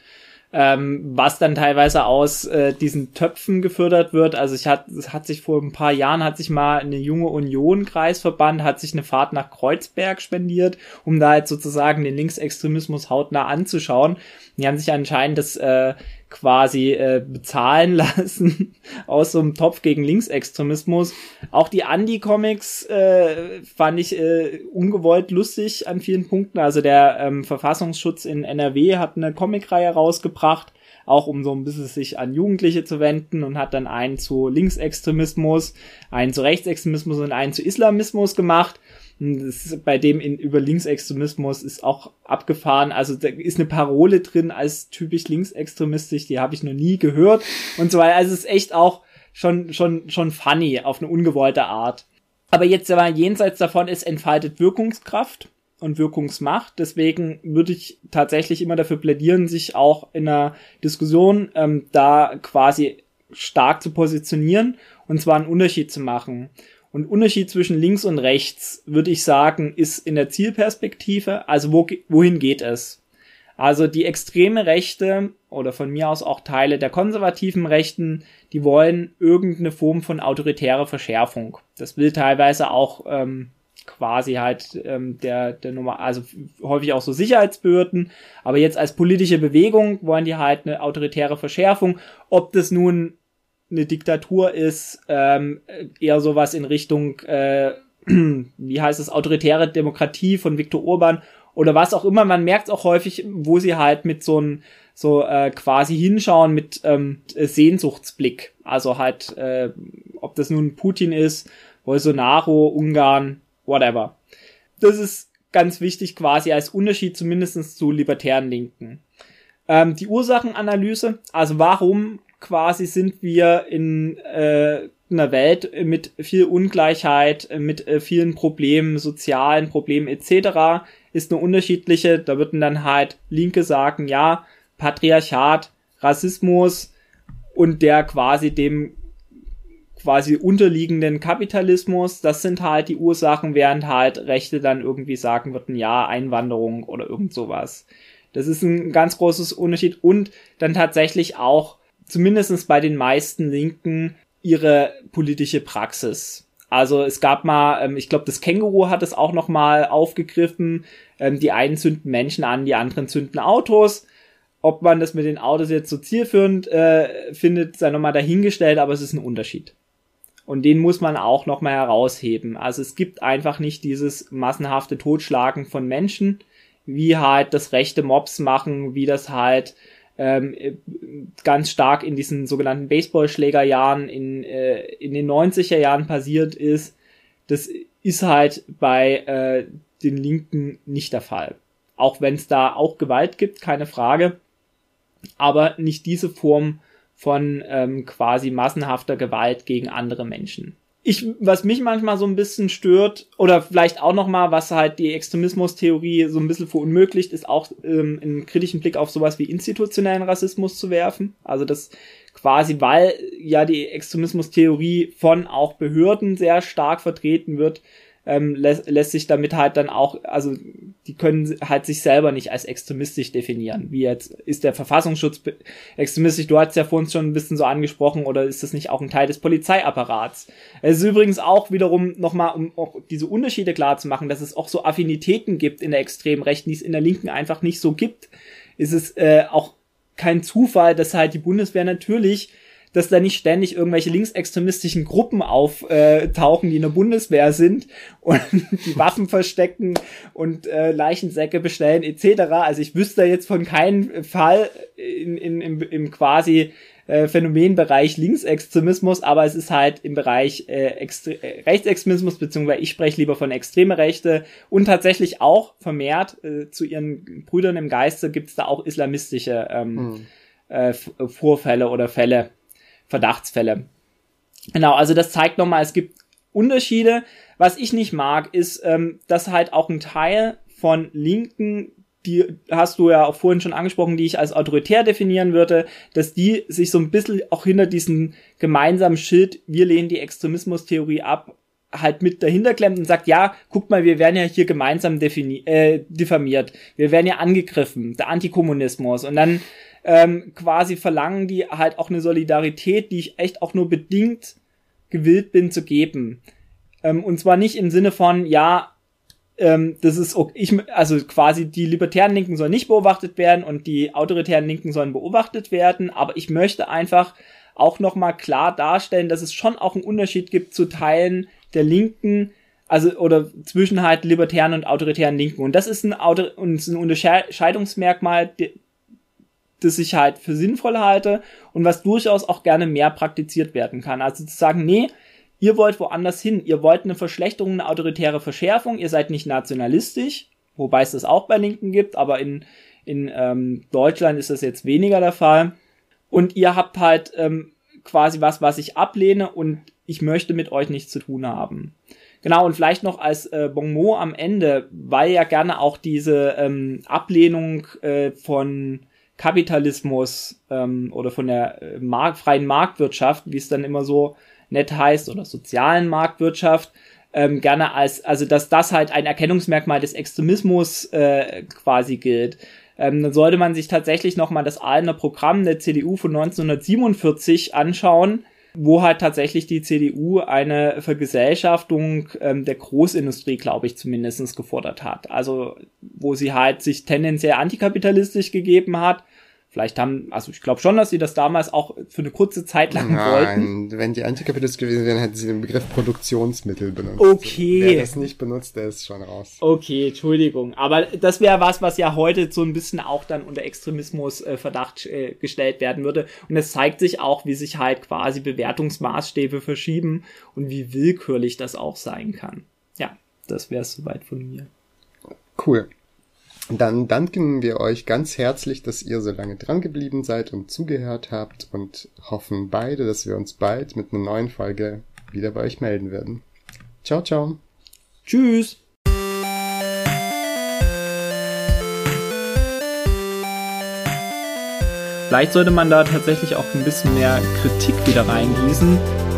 was dann teilweise aus diesen Töpfen gefördert wird. Also es hat sich vor ein paar Jahren, hat sich mal eine junge Union-Kreisverband, hat sich eine Fahrt nach Kreuzberg spendiert, um da halt sozusagen den Linksextremismus hautnah anzuschauen. Die haben sich anscheinend das quasi bezahlen lassen aus so einem Topf gegen Linksextremismus. Auch die Andi-Comics fand ich ungewollt lustig an vielen Punkten. Also der Verfassungsschutz in NRW hat eine Comicreihe rausgebracht, auch um so ein bisschen sich an Jugendliche zu wenden, und hat dann einen zu Linksextremismus, einen zu Rechtsextremismus und einen zu Islamismus gemacht. Das bei dem über Linksextremismus ist auch abgefahren. Also da ist eine Parole drin als typisch linksextremistisch, die habe ich noch nie gehört und so weiter. Also es ist echt auch schon funny auf eine ungewollte Art. Aber jetzt aber jenseits davon, es entfaltet Wirkungskraft und Wirkungsmacht. Deswegen würde ich tatsächlich immer dafür plädieren, sich auch in einer Diskussion da quasi stark zu positionieren und zwar einen Unterschied zu machen. Und Unterschied zwischen links und rechts, würde ich sagen, ist in der Zielperspektive, also wohin geht es? Also die extreme Rechte oder von mir aus auch Teile der konservativen Rechten, die wollen irgendeine Form von autoritärer Verschärfung. Das will teilweise auch quasi halt der Nummer, also häufig auch so Sicherheitsbehörden, aber jetzt als politische Bewegung wollen die halt eine autoritäre Verschärfung. Ob das nun eine Diktatur ist, eher sowas in Richtung, wie heißt es, autoritäre Demokratie von Viktor Orban oder was auch immer. Man merkt auch häufig, wo sie halt mit quasi hinschauen mit Sehnsuchtsblick. Also halt, ob das nun Putin ist, Bolsonaro, Ungarn, whatever. Das ist ganz wichtig quasi als Unterschied zumindest zu libertären Linken. Die Ursachenanalyse, also warum quasi sind wir in einer Welt mit viel Ungleichheit, mit vielen Problemen, sozialen Problemen etc. ist eine unterschiedliche. Da würden dann halt Linke sagen, ja, Patriarchat, Rassismus und der quasi dem quasi unterliegenden Kapitalismus, das sind halt die Ursachen, während halt Rechte dann irgendwie sagen würden, ja, Einwanderung oder irgend sowas. Das ist ein ganz großes Unterschied und dann tatsächlich auch zumindest bei den meisten Linken ihre politische Praxis. Also es gab mal, ich glaube, das Känguru hat es auch noch mal aufgegriffen, die einen zünden Menschen an, die anderen zünden Autos. Ob man das mit den Autos jetzt so zielführend findet, sei nochmal dahingestellt, aber es ist ein Unterschied. Und den muss man auch nochmal herausheben. Also es gibt einfach nicht dieses massenhafte Totschlagen von Menschen, wie halt das rechte Mobs machen, wie das halt ganz stark in diesen sogenannten Baseballschlägerjahren in den 90er Jahren passiert ist. Das ist halt bei den Linken nicht der Fall. Auch wenn es da auch Gewalt gibt, keine Frage. Aber nicht diese Form von quasi massenhafter Gewalt gegen andere Menschen. Was mich manchmal so ein bisschen stört, oder vielleicht auch nochmal, was halt die Extremismustheorie so ein bisschen verunmöglicht, ist auch einen kritischen Blick auf sowas wie institutionellen Rassismus zu werfen. Also das quasi, weil ja die Extremismustheorie von auch Behörden sehr stark vertreten wird, lässt sich damit halt dann auch, also die können halt sich selber nicht als extremistisch definieren. Wie jetzt ist der Verfassungsschutz extremistisch? Du hast ja vorhin schon ein bisschen so angesprochen, oder ist das nicht auch ein Teil des Polizeiapparats? Es ist übrigens auch wiederum nochmal, um auch diese Unterschiede klar zu machen, dass es auch so Affinitäten gibt in der extremen Rechten, die es in der Linken einfach nicht so gibt. Ist es auch kein Zufall, dass halt die Bundeswehr natürlich, dass da nicht ständig irgendwelche linksextremistischen Gruppen auftauchen, die in der Bundeswehr sind und die Waffen verstecken und Leichensäcke bestellen etc. Also ich wüsste jetzt von keinem Fall im quasi Phänomenbereich Linksextremismus, aber es ist halt im Bereich Rechtsextremismus, beziehungsweise ich spreche lieber von extreme Rechte und tatsächlich auch vermehrt zu ihren Brüdern im Geiste gibt es da auch islamistische Vorfälle oder Fälle. Verdachtsfälle. Genau, also das zeigt nochmal, es gibt Unterschiede. Was ich nicht mag, ist, dass halt auch ein Teil von Linken, die hast du ja auch vorhin schon angesprochen, die ich als autoritär definieren würde, dass die sich so ein bisschen auch hinter diesen gemeinsamen Schild, wir lehnen die Extremismustheorie ab, halt mit dahinter klemmt und sagt, ja, guck mal, wir werden ja hier gemeinsam diffamiert. Wir werden ja angegriffen, der Antikommunismus. Und dann quasi verlangen die halt auch eine Solidarität, die ich echt auch nur bedingt gewillt bin zu geben. Und zwar nicht im Sinne von, ja, das ist also quasi die libertären Linken sollen nicht beobachtet werden und die autoritären Linken sollen beobachtet werden, aber ich möchte einfach auch nochmal klar darstellen, dass es schon auch einen Unterschied gibt zu Teilen der Linken, also oder zwischen halt libertären und autoritären Linken. Und das ist ein Unterscheidungsmerkmal, das ich halt für sinnvoll halte und was durchaus auch gerne mehr praktiziert werden kann. Also zu sagen, nee, ihr wollt woanders hin, ihr wollt eine Verschlechterung, eine autoritäre Verschärfung, ihr seid nicht nationalistisch, wobei es das auch bei Linken gibt, aber in Deutschland ist das jetzt weniger der Fall. Und ihr habt halt quasi was ich ablehne und ich möchte mit euch nichts zu tun haben. Genau, und vielleicht noch als Bonmot am Ende, weil ja gerne auch diese Ablehnung von Kapitalismus oder von der freien Marktwirtschaft, wie es dann immer so nett heißt, oder sozialen Marktwirtschaft, gerne also dass das halt ein Erkennungsmerkmal des Extremismus quasi gilt. Dann sollte man sich tatsächlich nochmal das Ahlener Programm der CDU von 1947 anschauen, wo halt tatsächlich die CDU eine Vergesellschaftung der Großindustrie, glaube ich, zumindest gefordert hat. Also wo sie halt sich tendenziell antikapitalistisch gegeben hat. Also ich glaube schon, dass sie das damals auch für eine kurze Zeit lang wollten. Nein, wenn die Antikapitalistisch gewesen wären, hätten sie den Begriff Produktionsmittel benutzt. Okay. Wer das nicht benutzt, der ist schon raus. Okay, Entschuldigung. Aber das wäre was ja heute so ein bisschen auch dann unter Extremismus Verdacht gestellt werden würde. Und es zeigt sich auch, wie sich halt quasi Bewertungsmaßstäbe verschieben und wie willkürlich das auch sein kann. Ja, das wäre es soweit von mir. Cool. Dann danken wir euch ganz herzlich, dass ihr so lange dran geblieben seid und zugehört habt und hoffen beide, dass wir uns bald mit einer neuen Folge wieder bei euch melden werden. Ciao, ciao. Tschüss. Vielleicht sollte man da tatsächlich auch ein bisschen mehr Kritik wieder reingießen.